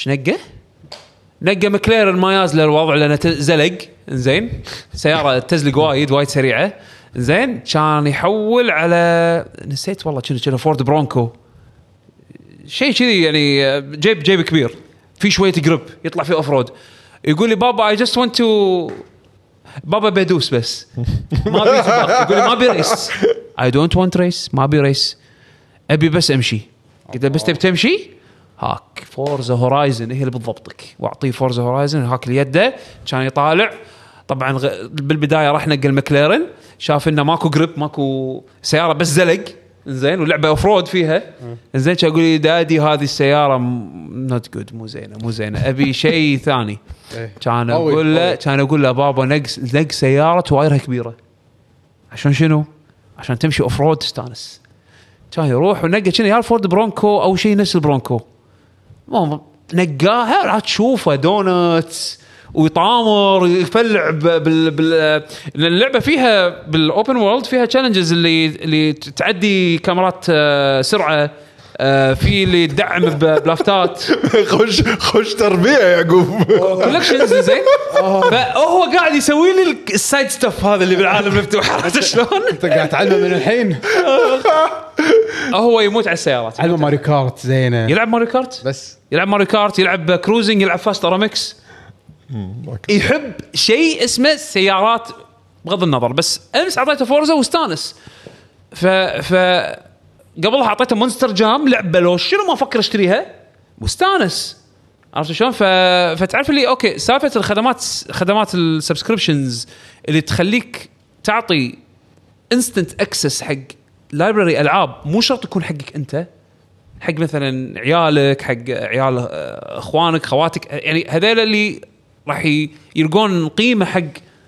نقه مكلارن ما يازله الوضع لانه زلق زين سياره تزلق وايد سريعه زين كان يحول على نسيت والله كذا فورد برونكو شيء كذي يعني جيب كبير في شويه جريب يطلع فيه اوف رود. يقول لي بابا اي جاست ونت تو بابا بدوس بس ما بي سباق. يقول لي ما بي ريس اي دونت وانت ريس ما بي ريس ابي بس امشي. قلت له بس تبي تمشي هاك فورزا هورايزن هي اللي بتضبطك واعطيه فورزا هورايزن هاك اليده كان يطالع. طبعا بالبدايه راح نقل مكلارن شاف انه ماكو جريب ماكو سياره بس زلق زين ولعبه اوف رود فيها زين كان يقول لي دادي هذه السياره نوت جود مو زينه ابي شيء ثاني. كان اقول له بابا نق سياره وايرها كبيره عشان شنو عشان تمشي اوف رود تستانس. كان يروح ونقى كنا يا الفورد برونكو او شيء نفس البرونكو نقاها راح تشوفه دونتس ويطامر يفلع اللعبه فيها بالاوبن وورلد فيها تشالنجز اللي تعدي كاميرات سرعه في اللي يدعم بلافتات خوش تربيه يعقوب كولكشنز زين. فهو قاعد يسوي لي السايد ستاف هذا اللي بالعالم المفتوح عرفت شلون انت قاعد تعلمه من الحين. هو يموت على السيارات علمه ماريو كارت زينه يلعب ماريو كارت بس يلعب ماريو كارت يلعب كروزنج يلعب فاست ارامكس يحب شيء اسمه سيارات بغض النظر. بس امس اعطيته فورزا واستانس. ف قبلها اعطيته مونستر جام لعبه لو شنو ما افكر اشتريها واستانس عرفت شلون. فتعرف لي اوكي سالفه خدمات السبسكريبشنز اللي تخليك تعطي انستنت اكسس حق لايبراري العاب مو شرط تكون حقك انت حق مثلا عيالك حق عيال اخوانك خواتك يعني هذول اللي راح يلقون قيمه حق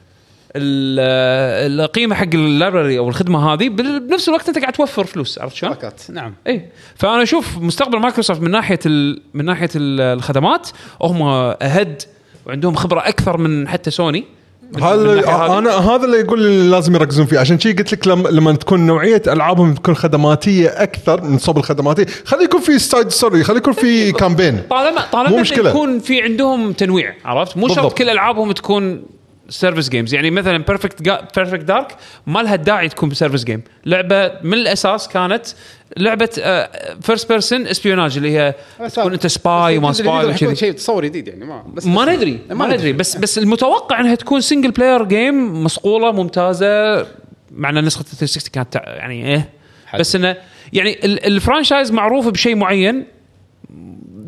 القيمه حق اللايبراري او الخدمه هذه بنفس الوقت انت قاعد توفر فلوس عرفت شلون. نعم اي فانا اشوف مستقبل مايكروسوفت من ناحيه الخدمات هم اهد وعندهم خبره اكثر من حتى سوني. هذا اللي يقول لي لازم يركزون فيه عشان شيء قلت لك لما تكون نوعيه العابهم تكون خدماتيه اكثر من صوب الخدماتيه خلي يكون في سايد ستوري خلي يكون في كامبين طالما يكون في عندهم تنويع عرفت مو شرط كل العابهم تكون سيرفيس جيمز. يعني مثلا بيرفكت دارك ما لها داعي تكون سيرفيس جيم. لعبه من الاساس كانت لعبه فيرست بيرسون اسبيوناج اللي هي تكون انت سباي وما سباي وكذا شيء تصور جديد يعني ما ندري بس المتوقع انها تكون سنجل بلاير جيم مصقوله ممتازه. معنا نسخه 360 كانت يعني بس انه يعني الفرانشايز معروف بشيء معين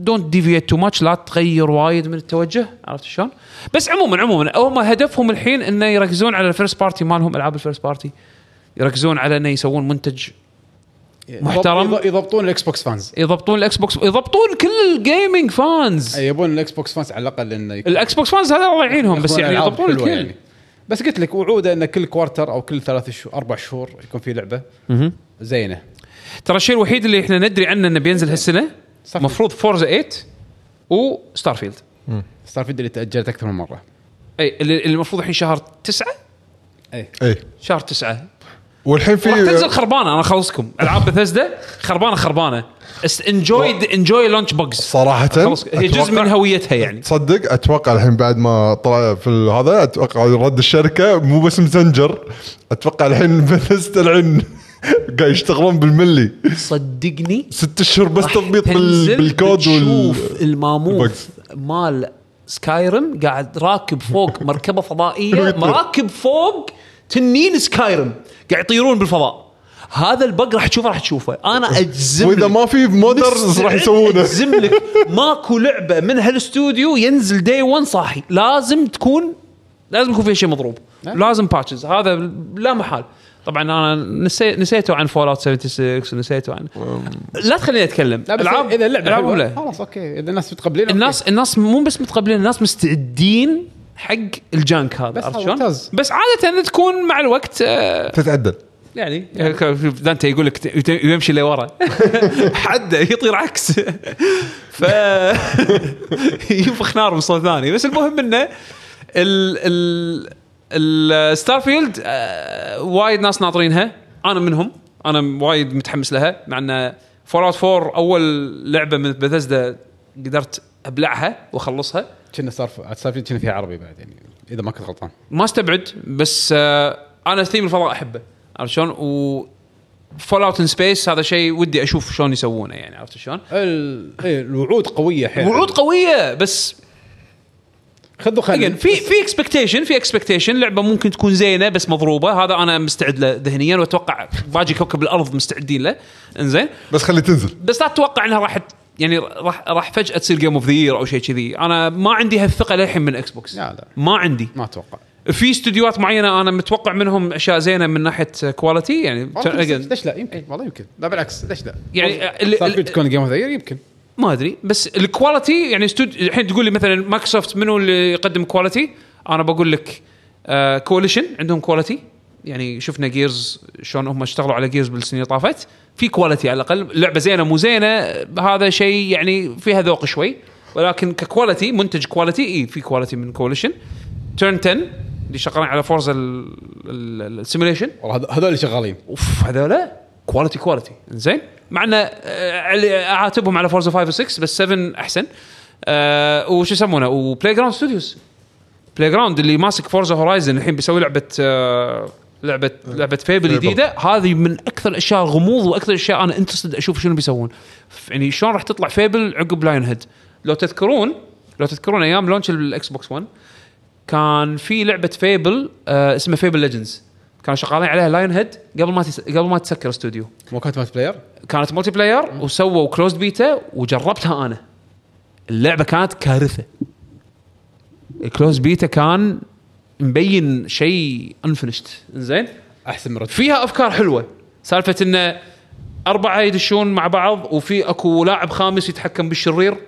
دونت ديفييت تو ماتش، لا تغير وايد من التوجه، عرفت شلون؟ بس عموما هم هدفهم الحين انه يركزون على الفيرست بارتي مالهم، العاب الفيرست بارتي يركزون على انه يسوون منتج محترم، يضبطون الاكس بوكس فانز، يضبطون الاكس بوكس، يضبطون كل الجيمنج فانز، يبون الاكس بوكس فانز على الاقل انه الاكس بوكس فانز هذا الله يعينهم، بس يعني يضبطون الكل يعني. بس قلت لك وعوده ان كل كوارتر او كل 3 شهور 4 شهور يكون في لعبه زينه. ترى الشيء الوحيد اللي احنا ندري عنه انه بينزل هالسنه مفروض فورزا 8 وستارفيلد. ستارفيلد اللي تاجلت اكثر من مره، اي اللي المفروض الحين شهر 9، اي شهر 9، والحين في تنزل خربانه. انا خلصكم العاب بثزدا خربانه انجوي لونش بوكس صراحه، هي جزء من هويتها يعني. تصدق اتوقع الحين بعد ما طلع في هذا، اتوقع رد الشركه مو بس مسنجر، اتوقع الحين بثزدا الحين قاعد يشتغلون بالملي. صدقني 6 شهور بس تضبيط بالكود شوف الماموث مال سكايرم قاعد راكب فوق مركبه فضائيه، مراكب فوق تنين سكايرم قاعد يطيرون بالفضاء. هذا البق راح تشوفه انا اجزم، واذا ما في مودرز راح يسوونه. اجزم لك ماكو لعبه من هالاستوديو ينزل داي 1 صاحي، لازم يكون فيها شيء مضروب، لازم باتشز، هذا لا محال. طبعا انا نسيته عن فول اوت 76 ونسيته عن لا تخليني اتكلم. العاب اذا اللعبه خلاص اوكي، اذا الناس متقبلين، الناس مو بس متقبلين، الناس مستعدين حق الجانك هذا، عرفت شلون؟ بس عاده تكون مع الوقت تتعدل يعني. دانتي يقول لك يمشي لورا حد يطير عكس ينفخ نار بصوت ثاني. بس المهم انه الستارفيلد وايد ناس ناطرينها، انا منهم، انا وايد متحمس لها، مع ان فول اوت 4 اول لعبه من بثزدا قدرت ابلعها واخلصها. كنا ستارفيلد كنا فيها عربي بعد يعني اذا ما كنت غلطان، ما استبعد. بس انا ثيم الفضاء احبه، عرفت شلون؟ وفول اوت ان سبيس هذا شيء ودي اشوف شلون يسوونه يعني، عرفت شلون؟ الوعود قويه حيل، وعود قويه، بس خذوا في اكسبكتيشن لعبه ممكن تكون زينه بس مضروبه. هذا انا مستعد له ذهنيا، واتوقع باجي كوكب الارض مستعدين له. انزين بس خلي تنزل، بس لا تتوقع انها راح فجاه تصير جيم اوف ذا يير او شيء كذي. انا ما عندي هالثقه للحين من اكس بوكس، لا ما عندي، ما اتوقع. في استديوهات معينه انا متوقع منهم اشياء زينه من ناحيه كواليتي يعني. ليش لا؟ يمكن والله يمكن، لا بالعكس ليش لا يعني تكون جيم اوف ذا يير يمكن، ما ادري. بس الكواليتي يعني الحين تقول لي مثلا مايكروسوفت منو اللي يقدم كواليتي، انا بقول لك كواليشن عندهم كواليتي يعني. شفنا جيرز شلون هم اشتغلوا على جيرز بالسنين اللي طافت، في كواليتي على الاقل. لعبه زينه مو زينه هذا شيء يعني فيها ذوق شوي، ولكن ككواليتي منتج كواليتي في كواليتي من كواليشن. تيرن 10 اللي شغالين على فورزا السيميليشن، هذول اللي شغالين هذول كواليتي زين. مع ان اعاتبهم على فورزا 5 و6 بس 7 احسن. وش يسمونه، وبلاي جراوند ستوديوز، بلاي جراوند اللي ماسك فورزا هورايزن الحين بيسوي لعبه فيبل جديده. هذه من اكثر الاشياء غموض واكثر الاشياء انا انترستد اشوف شنو بيسوون يعني، شلون راح تطلع فيبل عقب لاين هيد. لو تذكرون ايام لونش الاكس بوكس 1 كان في لعبه فيبل اسمها فيبل ليجندز، كانوا شغالين عليها لاين هيد قبل ما تسكر استوديو. مو كانت مالتي بلاير، كانت مالتي بلاير وسووا كلوزد بيتا وجربتها انا. اللعبه كانت كارثه، الكلوز بيتا كان مبين شيء انفنشت. زين احسن مرة فيها افكار حلوه، سالفه انه 4 يدشون مع بعض وفي اكو لاعب خامس يتحكم بالشرير،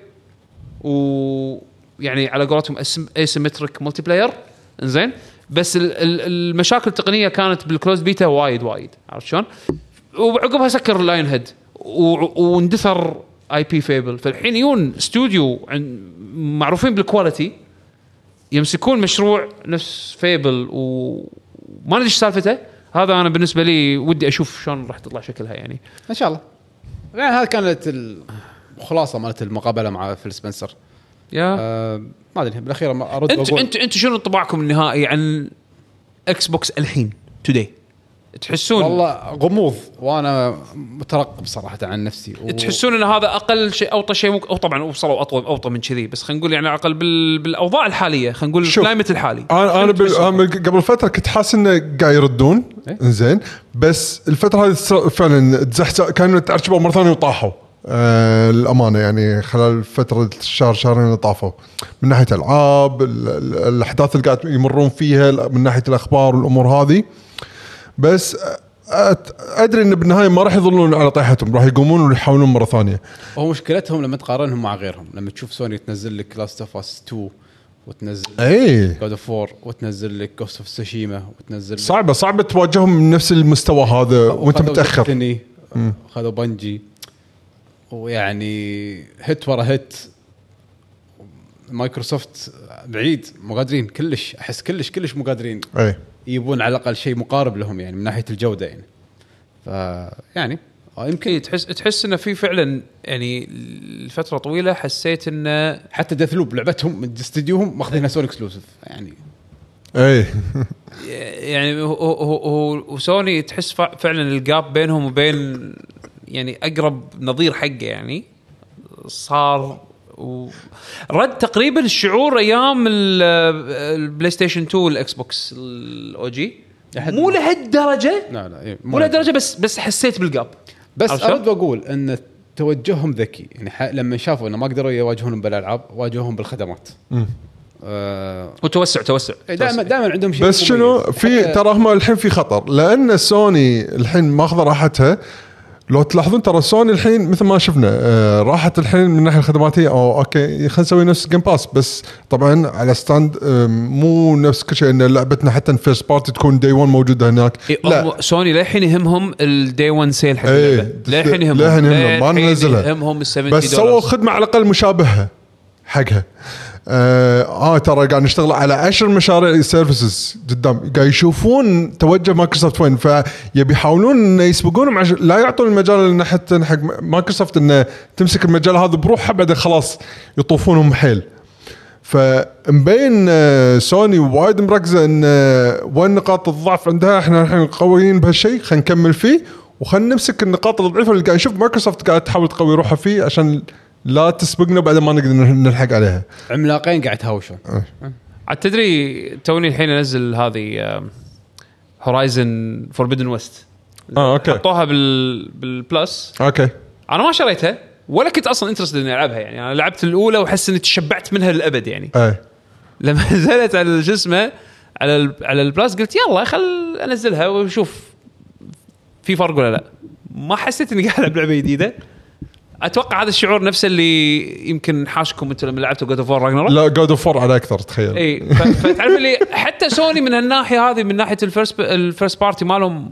ويعني على قولتهم اسيمتريك ملتي بلاير. زين بس المشاكل التقنيه كانت بالكلوز بيتا وايد، عرفت شلون؟ وعقبها سكر لاين هيد واندثر اي بي فيبل. فالحين يون استوديو معروفين بالكواليتي يمسكون مشروع نفس فيبل وما ندري ايش سالفته. هذا انا بالنسبه لي ودي اشوف شلون راح تطلع شكلها يعني ان شاء الله. يعني هذه كانت الخلاصه مالت المقابله مع فيل سبنسر. ما ادري بالاخير ما ارد انت شنو انطباعكم النهائي عن اكس بوكس الحين توداي؟ تحسون والله غموض وانا مترقب صراحه عن نفسي تحسون ان هذا اقل شيء اوطى شيء او طبعا وصلوا اوطى من كذي، بس خلينا نقول يعني اقل بالاوضاع الحاليه، خلينا نقول الكلايمت الحالي. انا قبل فتره كنت حاسس انه قاعد يردون زين، بس الفتره هذه فعلا كانوا تعرشبوا مره ثانيه وطاحوا الأمانة يعني خلال فترة شهرين اللي طافوا من ناحية الألعاب الأحداث اللي قاعد يمرون فيها من ناحية الأخبار والأمور هذه. بس أدري إن بالنهاية ما راح يظلون على طيحتهم، راح يقومون ويحاولون مرة ثانية. هو مشكلتهم لما تقارنهم مع غيرهم، لما تشوف سوني تنزل لك لاست اوف اس 2 وتنزل جود اوف 4 وتنزل لك جوست اوف سوشيما وتنزل صعبة تواجههم من نفس المستوى هذا وانت متأخر. خذوا بنجي ويعني هت ورا هت. مايكروسوفت بعيد مو قادرين كلش، احس كلش مو قادرين يبون على الاقل شيء مقارب لهم يعني من ناحيه الجوده يعني. فيعني يمكن تحس انه في فعلا يعني الفتره طويله حسيت انه حتى ديث لوب لعبتهم من استديوهم ماخذينها سوني اكسكلوسيف يعني. يعني هو سوني تحس فعلا الجاب بينهم وبين يعني اقرب نظير حقه يعني صار رد تقريبا الشعور ايام البلاي ستيشن 2 والاكس بوكس الاو جي. مو لهالدرجه، لا مو لهالدرجه، بس حسيت بالجاب. بس ارد واقول ان توجههم ذكي يعني. لما شافوا انه ما قدروا يواجهونهم بالالعاب واجهوهم بالخدمات. وتوسع دائما عندهم شيء. بس شنو في ترى هم الحين في خطر، لان سوني الحين ماخذه راحتها. لو تلاحظون ترى سوني الحين مثل ما شفنا راحت الحين من الناحيه الخدماتيه. اوكي خلينا نسوي نفس جيم باس، بس طبعا على ستاند مو نفس كل شيء. ان لعبتنا حتى فيرست بارتي تكون داي 1 موجوده هناك. لا سوني للحين يهمهم الداي 1 سيل حق اللعبه. للحين يهمهم ما ننزلها، يهمهم $70. بس سووا خدمه على الاقل مشابهه حقها. ترى قاعد نشتغل على 10 مشاريع سيرفيسز قدام، قاعد يشوفون توجه مايكروسوفت وين، فيبي يحاولون يسبقونهم لا يعطون المجال حتى حق مايكروسوفت انه تمسك المجال هذا بروحها، بعد خلاص يطوفونهم حيل. فمبين سوني وايد مركزه ان وين نقاط الضعف عندها، احنا الحين قويين بهالشيء خلينا نكمل فيه، وخلينا نمسك النقاط الضعيفه اللي قاعد نشوف مايكروسوفت قاعد تحاول تقوي روحها فيه عشان لا تسبقنا بعد ما نقدر نلحق عليها. عملاقين قاعد تهاوشون. عاد تدري توني الحين انزل هذه هورايزن فوربيدن ويست. اوكي حطوها بالبلس. اوكي انا ما شريتها ولا كنت اصلا انترستد اني العبها يعني. انا لعبت الاولى وحس اني تشبعت منها للابد يعني. لما نزلت على شو اسمه على البلس قلت يلا خل انزلها وشوف في فرق ولا لا. ما حسيت اني قاعد العب لعبه جديده. اتوقع هذا الشعور نفسه اللي يمكن حاشكم انتم لما لعبتوا جود اوف وور راجناروك. لا جود اوف وور على اكثر تخيل. اي فتعرف اللي حتى سوني من الناحيه هذه، من ناحيه الفيرست بارتي مالهم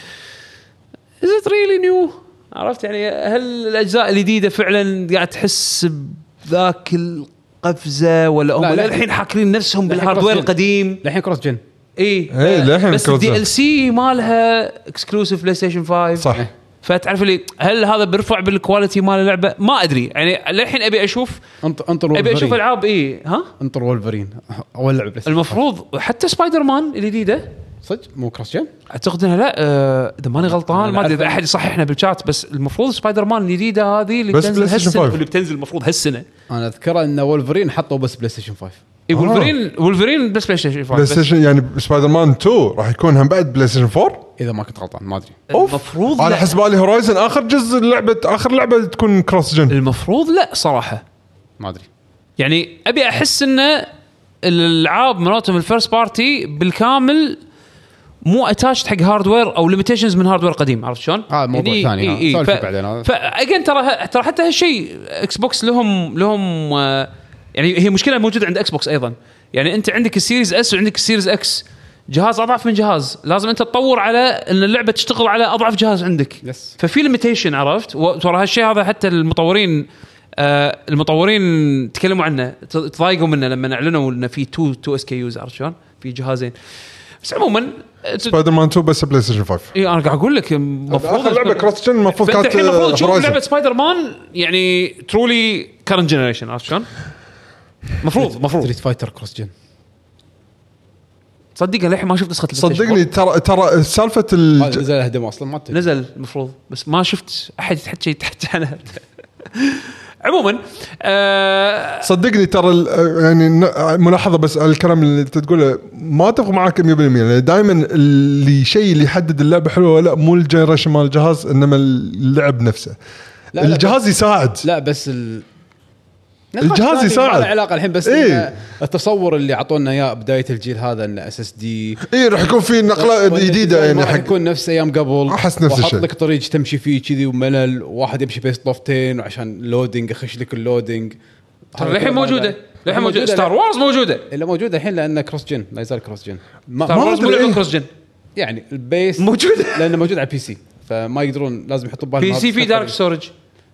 is it really new؟ عرفت يعني هل الاجزاء الجديده فعلا قاعد تحس بذاك القفزه ولا هم الحين حاكرين نفسهم بالهاردوير القديم؟ الحين كروس جن. بس الدي ال سي مالها اكسكلوسيف بلاي ستيشن 5 صح. فتعرف لي هل هذا بيرفع بالكواليتي مال اللعبه؟ ما ادري يعني. للحين ابي اشوف ابي اشوف العاب انطر وولفرين اول لعبه. المفروض حتى سبايدر مان الجديده صدق مو كروس جن اعتقد انها لا اذا ماني غلطان. ما ادري اذا احد يصححنا بالشات، بس المفروض سبايدر مان الجديده هذه اللي بتنزل هالسنه واللي بتنزل المفروض هالسنه. انا اذكر ان وولفرين حطوا بس بلاي ستيشن 5. وولفرين بس بلاي ستيشن 5. بلاي ستيشن يعني سبايدر مان 2 راح يكون هم بعد بلاي ستيشن 4 اذا ما كنت غلطان. ما ادري المفروض. انا حسبالي هورايزن اخر جزء اللعبه اخر لعبه تكون كروس جن. المفروض لا صراحه ما ادري يعني. ابي احس ان الالعاب مراتهم الفيرست بارتي بالكامل مو اتاشت حق هاردوير او ليميتيشنز من هاردوير قديم. عرفت شلون؟ موضوع ثاني بعدين. فاجين ترى حتى هالشيء اكس بوكس لهم يعني هي مشكله موجوده عند اكس بوكس ايضا. يعني انت عندك السيريز اس وعندك السيريز اكس، جهاز اضعف من جهاز، لازم انت تطور على ان اللعبه تشتغل على اضعف جهاز عندك. ففي ليميتيشن. عرفت؟ وترى هالشيء هذا حتى المطورين تكلموا عنه، تضايقوا منه لما اعلنوا ان في 2 اس كي يوز. عرفت شلون؟ في جهازين. بس عموما سبايدر مان 2 بس بلاي ستيشن 5. انا قاعد اقول لك المفروض لعبه كروس جن المفروض كانت تشوف لعبه سبايدر مان يعني ترولي كارنت جنريشن. عرفت شلون؟ مفروض ستريت فايتر كروس جن. صدقني للحين ما شفت نسخه. صدقني ترى سالفه نزل هدم اصلا ما نزل المفروض، بس ما شفت احد يتحكي تحت عنها. عموما صدقني ترى يعني ملاحظه بس على الكلام اللي انت تقوله ما اتفق معك 100%. يعني دائما اللي شيء اللي يحدد اللعبه حلوه ولا مو الجنريشن مال الجهاز، انما اللعب نفسه. الجهاز يساعد. لا بس الجهاز يساعد. ما له علاقه الحين بس إيه؟ التصور اللي اعطونا اياه بدايه الجيل هذا ان SSD راح يكون في نقله جديده يعني راح يكون نفس ايام قبل. احس نفس الشيء. وحط لك طريق تمشي فيه كذي وملل واحد يمشي بين طوفتين وعشان لودينج اخش لك اللودينج. الحين موجوده ستار وورز موجوده اللي موجوده الحين لان كروس جن لا يزال كروس جن. ستار وورز مو كروس جن يعني البيس موجوده لانه موجود على PC فما يقدرون لازم يحطوا بالهم PC في دارك ستورج.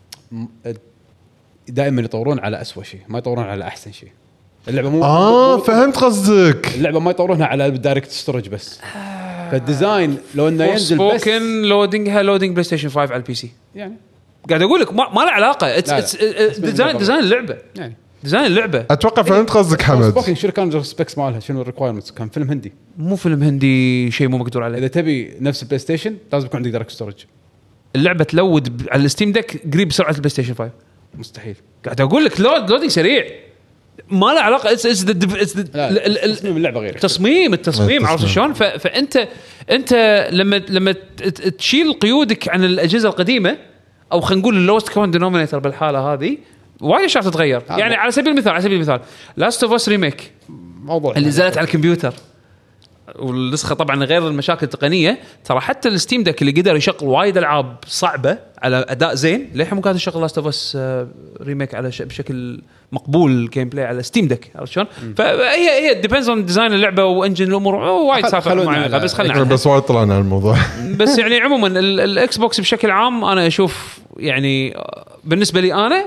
دائما يطورون على أسوأ شيء ما يطورون على احسن شيء. اللعبه مو فهمت قصدك. اللعبه ما يطورونها على الدايركت ستورج بس. فالديزاين لو انه ينزل بس سبوكن لودينجها لودينج بلاي ستيشن 5 على PC يعني قاعد اقول لك ما له علاقه. ديزاين اللعبه يعني ديزاين اللعبه. اتوقع فهمت قصدك حمد. سبوكن شنو كان السبيكس مالها شنو الريكوايرمنتس كان فيلم هندي مو فيلم هندي شيء مو مقدور عليه. اذا تبي نفس البلاي ستيشن لازم يكون عندك دايركت ستورج. اللعبه تلود على الستيم ديك قريب سرعه البلاي ستيشن 5 مستحيل. قاعد اقول لك لودينج سريع ما له علاقه. تصميم اللعبه غير التصميم عرفت شلون. فانت لما تشيل قيودك عن الاجهزه القديمه او خلينا نقول اللوست كومن دينومينيتور بالحاله هذه وايد اشياء تتغير. يعني على سبيل المثال لاست اوف اس ريميك موضوع اللي نزلت على الكمبيوتر والنسخه طبعا غير المشاكل التقنيه. ترى حتى الستيم ديك اللي قدر يشغل وايد العاب صعبه على اداء زين ليه مو قادر يشغل لاست اوف اس ريميك على بشكل مقبول جيم بلاي على ستيم ديك عرفت شلون. فهي ديبيندز اون ديزاين اللعبه وانجن الامور وايد سالفه معينه بس خلينا بس وايد طلعنا على الموضوع. بس يعني عموما الاكس بوكس بشكل عام انا اشوف يعني بالنسبه لي انا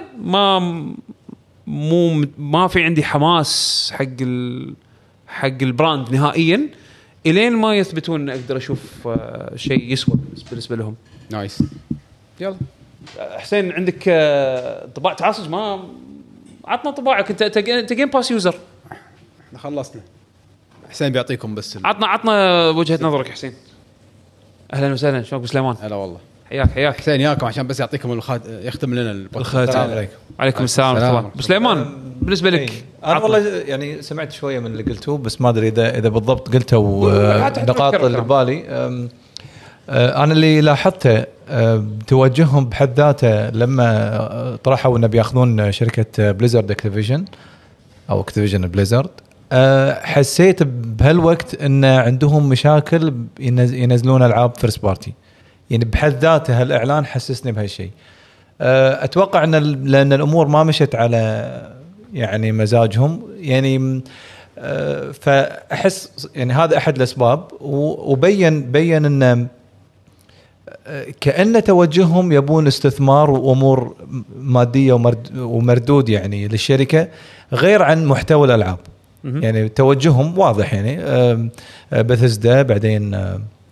ما في عندي حماس حق البراند نهائيا الين ما يثبتون اقدر اشوف شيء يسوى بالنسبه لهم. نايس. يلا حسين عندك طباع تعاصج ما عطنا طباعك انت جيم باس يوزر. خلصنا. حسين بيعطيكم بس عطنا وجهه نظرك حسين. اهلا وسهلا شلونك سليمان؟ هلا والله حياك حسين ياكم عشان بس يعطيكم يختم لنا البودكاست. السلام عليكم. وعليكم السلام ورحمه الله. سليمان بالنسبه لك انا والله يعني سمعت شويه من اللي قلتوه بس ما ادري اذا بالضبط قلتوا نقاط اللي ببالي. انا اللي لاحظته توجههم بحد ذاته لما طرحوا انه بياخذون شركه بليزرد اكتيفيجن او اكتيفيجن بليزرد. حسيت بهالوقت ان عندهم مشاكل ينزلون العاب فيرست بارتي. يعني بحد ذاته هالاعلان حسسني بهالشيء. اتوقع ان لان الامور ما مشت على يعني مزاجهم يعني فاحس يعني هذا احد الاسباب. وبين ان كأن توجههم يبون استثمار وامور ماديه ومردود يعني للشركه غير عن محتوى الالعاب. يعني توجههم واضح يعني بثزدا بعدين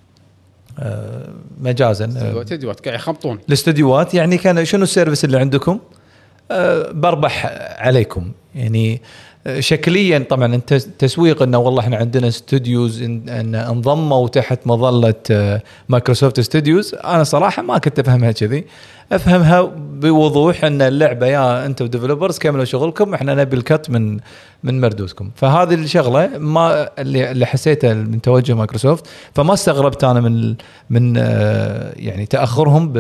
مجازا استديوهات قاعد يخبطون الاستديوهات. يعني كان شنو السيرفيس اللي عندكم بربح عليكم يعني شكليا. طبعا انت تسويق انه والله احنا عندنا استوديوز ان انضموا تحت مظله مايكروسوفت استوديوز. انا صراحه ما كنت افهمها كذي. افهمها بوضوح ان اللعبه يا انتم ديفلوبرز كملوا شغلكم احنا نبي الكت من مردودكم. فهذه الشغله ما اللي حسيته من توجه مايكروسوفت. فما استغربت انا من يعني تاخرهم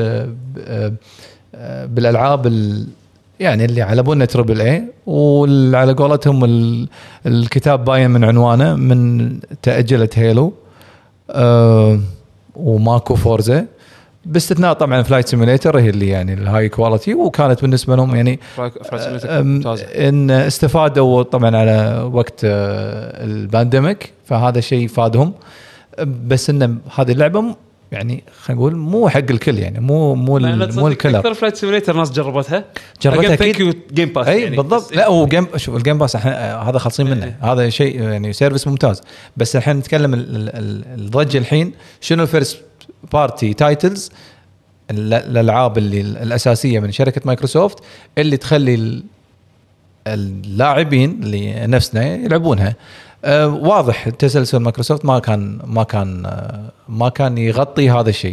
بالالعاب يعني اللي على بنا تربل اي. وعلى قولتهم الكتاب باين من عنوانه من تأجلت هيلو وماكو فورزا باستثناء طبعا فلايت سيميليتر هي اللي يعني الهاي كواليتي وكانت بالنسبه لهم يعني ان استفادوا طبعا على وقت البانديميك. فهذا شيء فادهم. بس ان هذه اللعبه يعني خلينا نقول مو حق الكل يعني مو الكلر. اكثر فلايت سيميليتر ناس جربتها اكيد جيم باس يعني بالضبط. لا هو جيم شوف الجيم باس هذا خالصين منه. هذا شيء يعني سيرفيس ممتاز. بس الحين نتكلم الضجه الحين شنو الفيرست بارتي تايتلز الالعاب اللي الاساسيه من شركه مايكروسوفت اللي تخلي اللاعبين اللي نفسنا يلعبونها. واضح تسلسل مايكروسوفت ما كان يغطي هذا الشيء.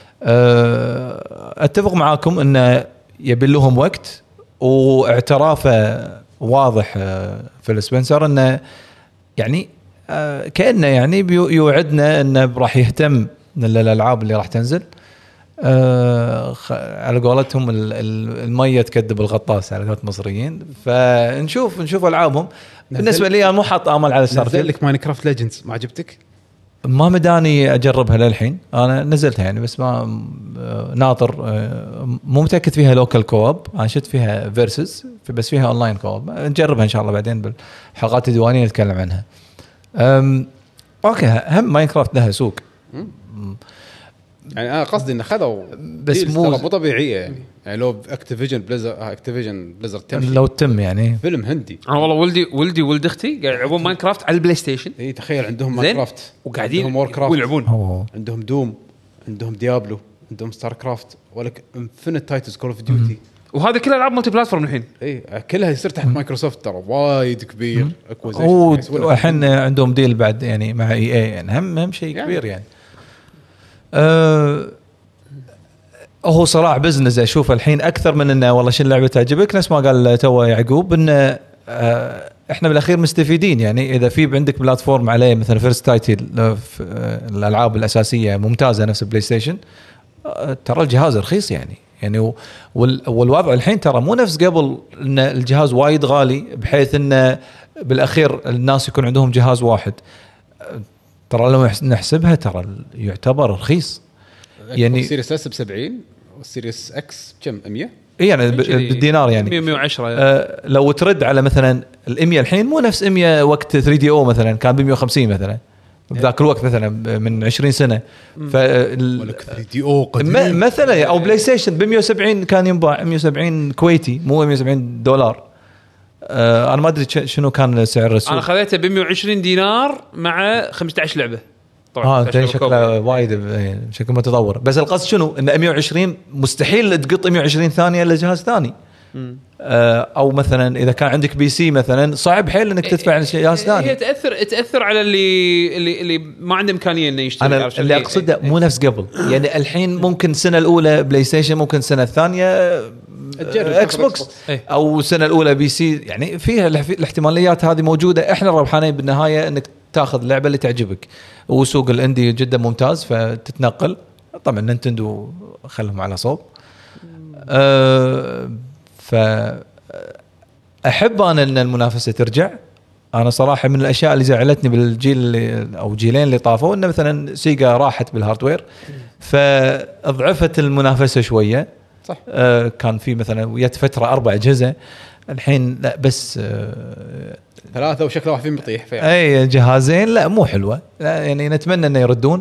اتفق معاكم انه يبي لهم وقت. واعترافه واضح في سبنسر انه يعني كأنه يعني يوعدنا انه راح يهتم للالعاب اللي راح تنزل. على قولتهم المية تكذب الغطاس على قولة المصريين. فنشوف ألعابهم. بالنسبة لي أنا مو حاط آمل على ستارفيلد. نزل لك ماينكرافت ليجندز ما عجبتك؟ ما مداني أجربها للحين. أنا نزلتها يعني بس ما ناطر مو متأكد فيها لوكال كواب. أنا شفت فيها فيرسز بس فيها أونلاين كواب. نجربها إن شاء الله بعدين بالحلقات الديوانية نتكلم عنها. أوكي هم ماينكرافت لها سوق. يعني انا قصدي ان خذوا بس مو طبيعيه يعني لو اكتيفيجن بليزر لو تم يعني فيلم هندي. انا والله ولدي ولد اختي قاعد يلعبون ماينكرافت على البلاي ستيشن. اي تخيل عندهم ماينكرافت وقاعدين يلعبون. عندهم دوم، عندهم ديابلو، عندهم ستار كرافت، ولك انفينيت تايتلز كول اوف ديوتي، وهذه كلها العاب ملتي بلاتفورم الحين. اي كلها يصير تحت مايكروسوفت. ترى وايد كبير والحين عندهم ديل بعد يعني مع اي يعني هم شيء كبير يعني. هو صراع بزنس اشوف الحين اكثر من انه والله شنو اللعبه تعجبك. نفس ما قال تو يعقوب انه احنا بالاخير مستفيدين. يعني اذا في عندك بلاتفورم عليه مثلا فيرست تايتل الالعاب الاساسيه ممتازه نفس البلاي ستيشن، ترى الجهاز رخيص يعني والوضع الحين ترى مو نفس قبل ان الجهاز وايد غالي بحيث انه بالاخير الناس يكون عندهم جهاز واحد. ترى لو نحسبها ترى يعتبر رخيص. يعني السيريس اس ب70 والسيريس اكس كم 100 يعني بالدينار يعني 110. لو ترد على مثلا ال100 الحين مو نفس 100 وقت 3DO مثلا كان ب 150 مثلا بذاك الوقت مثلا من 20 سنه. ولك 3DO قديم مثلا او بلاي ستيشن ب 170 كان ينباع 170 كويتي مو 170 دولار. انا ما ادري شنو كان سعر السوق. انا خذيته ب 120 دينار مع 15 لعبه طبعا. شكله وايد شكله متطور. بس القصد شنو ان 120 مستحيل تقط 120 ثانيه الا جهاز ثاني. او مثلا اذا كان عندك بي سي مثلا صعب حيل انك تدفع على جهاز ثاني. هي تاثر على اللي ما عنده امكانيه انه يشتري. انا اللي اقصده مو نفس قبل. يعني الحين ممكن السنه الاولى بلاي ستيشن، ممكن السنه الثانيه اكس بوكس، او السنه الاولى بي سي. يعني فيها الاحتماليات هذه موجوده. احنا الربحانين بالنهايه انك تاخذ اللعبه اللي تعجبك. وسوق الاندي جدا ممتاز فتتنقل. طبعا نينتندو خلهم على صوب. فأحب أنا أن المنافسة ترجع. أنا صراحة من الأشياء اللي زعلتني بالجيل أو جيلين اللي طافوا إن مثلا سيجا راحت بالهاردوير فأضعفت المنافسة شوية. صح. كان في مثلا ويت فترة 4 أجهزة، الحين لا بس 3 وشكله واحد فيهم بيطيح. أي جهازين لا مو حلوة. لا يعني نتمنى إنه يردون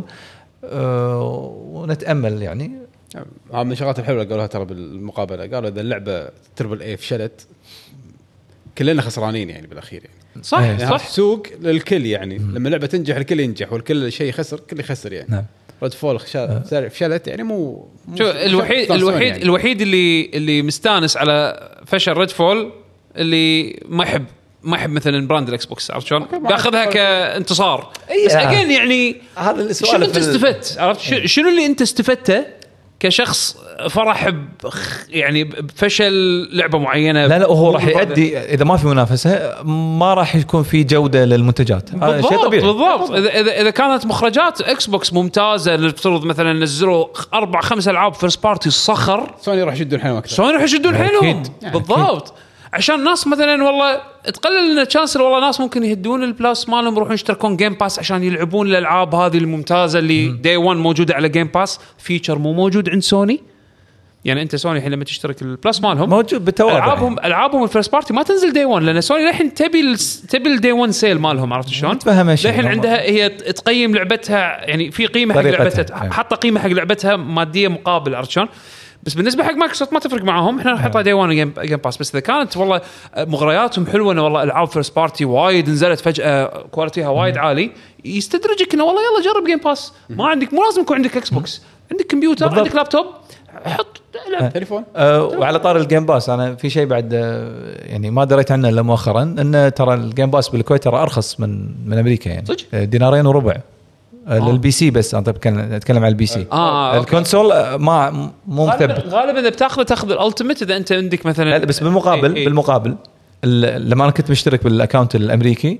ونتأمل. يعني من الشغلات الحلوة قالوها ترى بالمقابلة، قالوا إذا اللعبة تربل اي فشلت كلنا خسرانين يعني بالأخير. يعني صح يعني صح. سوق للكل يعني. لما اللعبة تنجح الكل ينجح والكل شيء يخسر كل يخسر يعني. نعم. ريد فول فشلت يعني مو شو الوحيد اللي مستانس على فشل ريد فول اللي ما يحب مثلا براند الاكس بوكس. عرفت شلون؟ بياخذها كانتصار. بس اجين يعني هذا السؤال شنو انت استفدت؟ عرفت شنو اللي انت استفدته كشخص فرح يعني بفشل لعبه معينه؟ لا هو راح يؤدي اذا ما في منافسه ما راح يكون في جوده للمنتجات. شيء طبيعي. بالضبط. اذا كانت مخرجات اكس بوكس ممتازه اللي تفترض مثلا نزلوا 4-5 العاب فيرست بارتي الصخر، سوني راح يشدون حيلهم اكثر. سوني راح يشدون حيلهم يعني بالضبط. عشان الناس مثلا والله تقلل لنا تشانس. والله ناس ممكن يهدون البلاس مالهم يروحون يشتركون جيم باس عشان يلعبون الالعاب هذه الممتازه اللي داي 1 موجوده على جيم باس. فيتشر مو موجود عند سوني. يعني انت سوني الحين لما تشترك البلاس مالهم موجود بالتوابع. العابهم الفيرست بارتي ما تنزل داي 1 لان سوني الحين تبي الداي 1 سيل مالهم. عرفت شلون؟ الحين عندها هي تقيم لعبتها يعني في قيمه حق لعبتها، حاطه قيمه حق لعبتها ماديه مقابل. عرفت شلون؟ بس بالنسبه حق مايكروسوفت ما تفرق معهم. احنا نحطها داي 1 جيم باس. بس اذا كانت والله مغرياتهم حلوه انه والله العاب فيرست بارتي وايد نزلت فجاه كواليتيها وايد عالي، يستدرجك انه والله يلا جرب جيم باس. ما عندك مو لازم يكون عندك اكس بوكس، عندك كمبيوتر بالضبط. عندك لابتوب حط لعب تليفون. وعلى طار الجيم باس انا في شيء بعد يعني ما دريت عنه الا مؤخرا ان ترى الجيم باس بالكويت ترى ارخص من امريكا يعني دينارين وربع للبي سي. بس انا اتكلم على البي سي. الكونسول ما مو مثبت. غالبا اذا تاخذ الالتيميت اذا انت عندك مثلا. بس بالمقابل لما انا كنت مشترك بالاكاونت الامريكي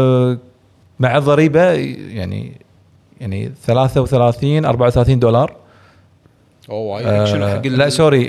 مع الضريبه يعني 33 $34 لا سوري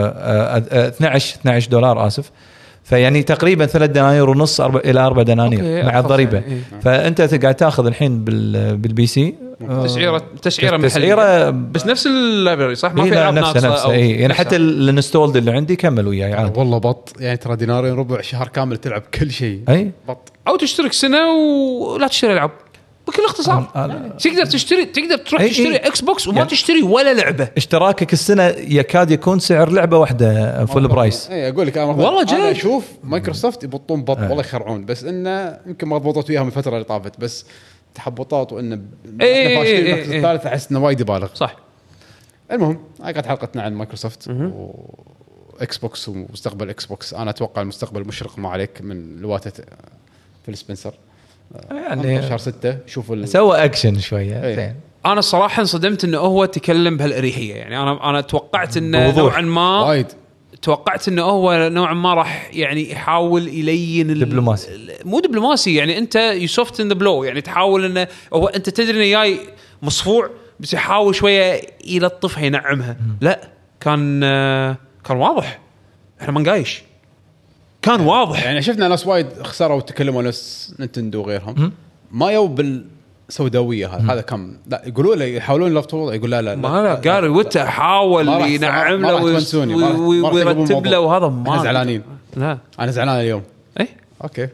$12 آسف. فيعني تقريبا 3 دنانير ونص إلى 4 دنانير مع الضريبة. فأنت قاعد تأخذ الحين بالبي سي تسعيرة محلية بس نفس اللايبرري صح؟ ما في ألعاب ناقصة يعني حتى الانستولد اللي عندي كمل وياي عادي. والله بط يعني ترى دينارين ربع شهر كامل تلعب كل شيء. أي بط. أو تشترك سنة ولا تشتري ألعاب بكل اختصار. تقدر تروح تشتري اكس بوكس وما تشتري ولا لعبه. اشتراكك السنه يكاد يكون سعر لعبه واحده فول برايس. اي اقول لك انا اشوف مايكروسوفت يبطون بط والله يخرعون بس انه يمكن ما ضبطت وياهم الفتره اللي طافت بس تحبطات وانه فاشلين الثالث احس انه وايد يبالغ صح. المهم هاي كانت حلقتنا عن مايكروسوفت واكس بوكس ومستقبل اكس بوكس. انا اتوقع المستقبل مشرق ما عليك من لواتة فيل سبنسر يعني شهر 6 شوفوا سوى اكشن شويه زين. انا الصراحه انصدمت انه هو تكلم بهالاريحيه يعني انا توقعت انه نوعا ما وايد توقعت انه هو نوعا ما راح يعني يحاول يلين دبلوماسي مو دبلوماسي يعني انت يسوفت ان ذا بلو يعني تحاول انه هو انت تدري انه جاي مصفوع بس يحاول شويه يلطفها ينعمها. لا كان واضح احنا ما نقايش كان واضح يعني شفنا ناس وايد خسروا وتكلموا ناس نينتندو وغيرهم ما يو بالسوداويه هذا كم لا يقولوا له يحاولون يلطفوا يقول لا ما قال وته حاول ينعم له ويرتب له وهذا ما زعلانين. لا انا زعلان اليوم اي اوكي.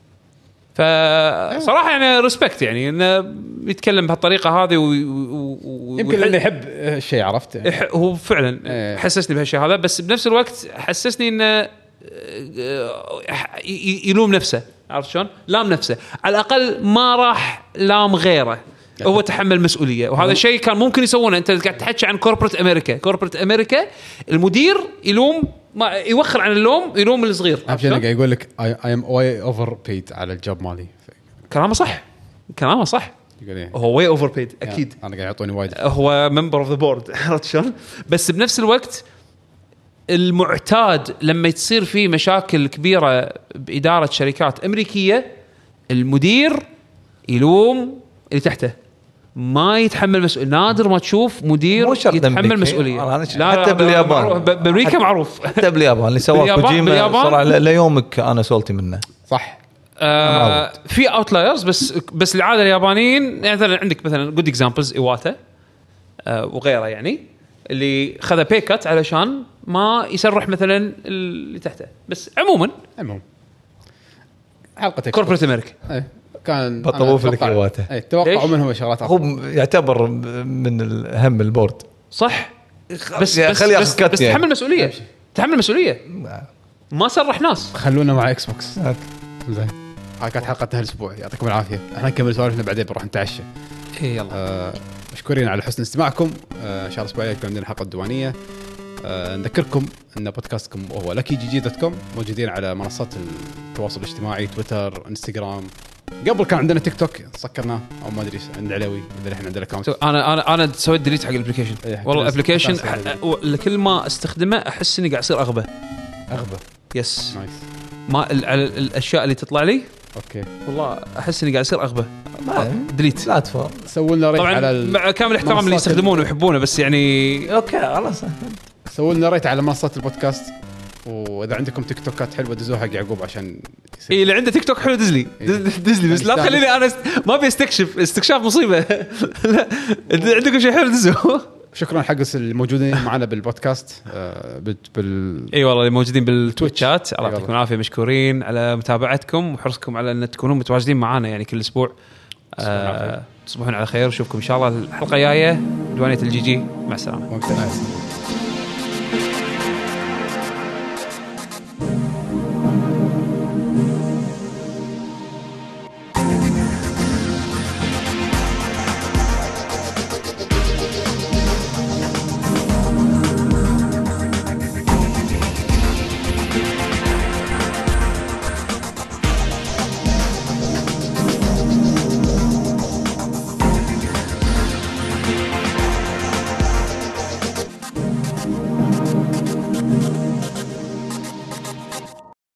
فصراحه يعني ريسبكت يعني انه يتكلم بهالطريقه هذه يمكن لانه يحب الشيء عرفت هو فعلا حسسني بهالشيء هذا بس بنفس الوقت حسسني انه يلوم نفسه عرفت شلون لام نفسه على الأقل ما راح لام غيره هو تحمل مسؤولية وهذا الشيء كان ممكن يسوونه. أنت قاعد تحكي عن كوربريت أمريكا المدير يلوم ما يوخر عن اللوم يلوم الصغير. عشان قاعد يقول لك I am way overpaid على الجوب مالي. كلامه صح هو way overpaid أكيد. أنا قاعد يعطوني وايد هو member of the board عرفت شلون بس بنفس الوقت المعتاد لما تصير فيه مشاكل كبيرة بإدارة شركات أمريكية المدير يلوم اللي تحته ما يتحمل مسؤولية. نادر ما تشوف مدير يتحمل مسؤولية. حتى باليابان بأمريكا معروف حتى باليابان اللي سواه كوجيما صراحة ليومك أنا سولتي منه صح. في اوتلايرز بس العادة اليابانيين مثلا عندك مثلا جود اكزامبلز إيواتا وغيره يعني اللي خذ بيكت علشان ما يسرح مثلا اللي تحته. بس عموما حلقة كوربريت أمريكا كان بطلوا في الكيواته توقعوا منهم شغلات هو يعتبر من الأهم البورد صح بس تحمل مسؤولية ما سرح ناس. خلونا مع اكس بوكس زين. هاي كانت حلقة هالاسبوع يعطيكم العافية. احنا نكمل سوالفنا بعدين بنروح نتعشى. يلا مشكورين على حسن استماعكم. ان شاء الله الاسبوع الجاي عندنا الحلقة الديوانية. نذكركم ان بودكاستكم وهو luckygg.com موجودين على منصات التواصل الاجتماعي تويتر انستغرام. قبل كان عندنا تيك توك سكرناه او ما ادري عند العلوي اذا الحين عندنا اكونت. انا سويت ديليت حق الابلكيشن والله الابلكيشن كل ما استخدمه احس اني قاعد اصير اغبى يس نايس ما على الاشياء اللي تطلع لي اوكي والله احس اني قاعد اصير اغبى ديليت بلاتفورم. سووا لنا ريت على مع كامل احترام اللي يستخدمونه ويحبونه بس يعني اوكي خلاص سووا لنا ريت على منصات البودكاست. واذا عندكم تيك توكات حلوه دزوها حق يعقوب عشان اي اللي عنده تيك توك حلو دزلي بس لا تخليني انا ما بيستكشف استكشاف مصيبه. لا عندكم شيء حلو دزوه. شكرا حق الموجودين معنا بالبودكاست اي والله اللي موجودين بالتويتشات الله يعطيكم العافيه مشكورين على متابعتكم وحرصكم على ان تكونوا متواجدين معنا يعني كل اسبوع. تصبحون على خير ونشوفكم ان شاء الله الحلقه الجايه ديوانيه الجي جي. مع السلامه.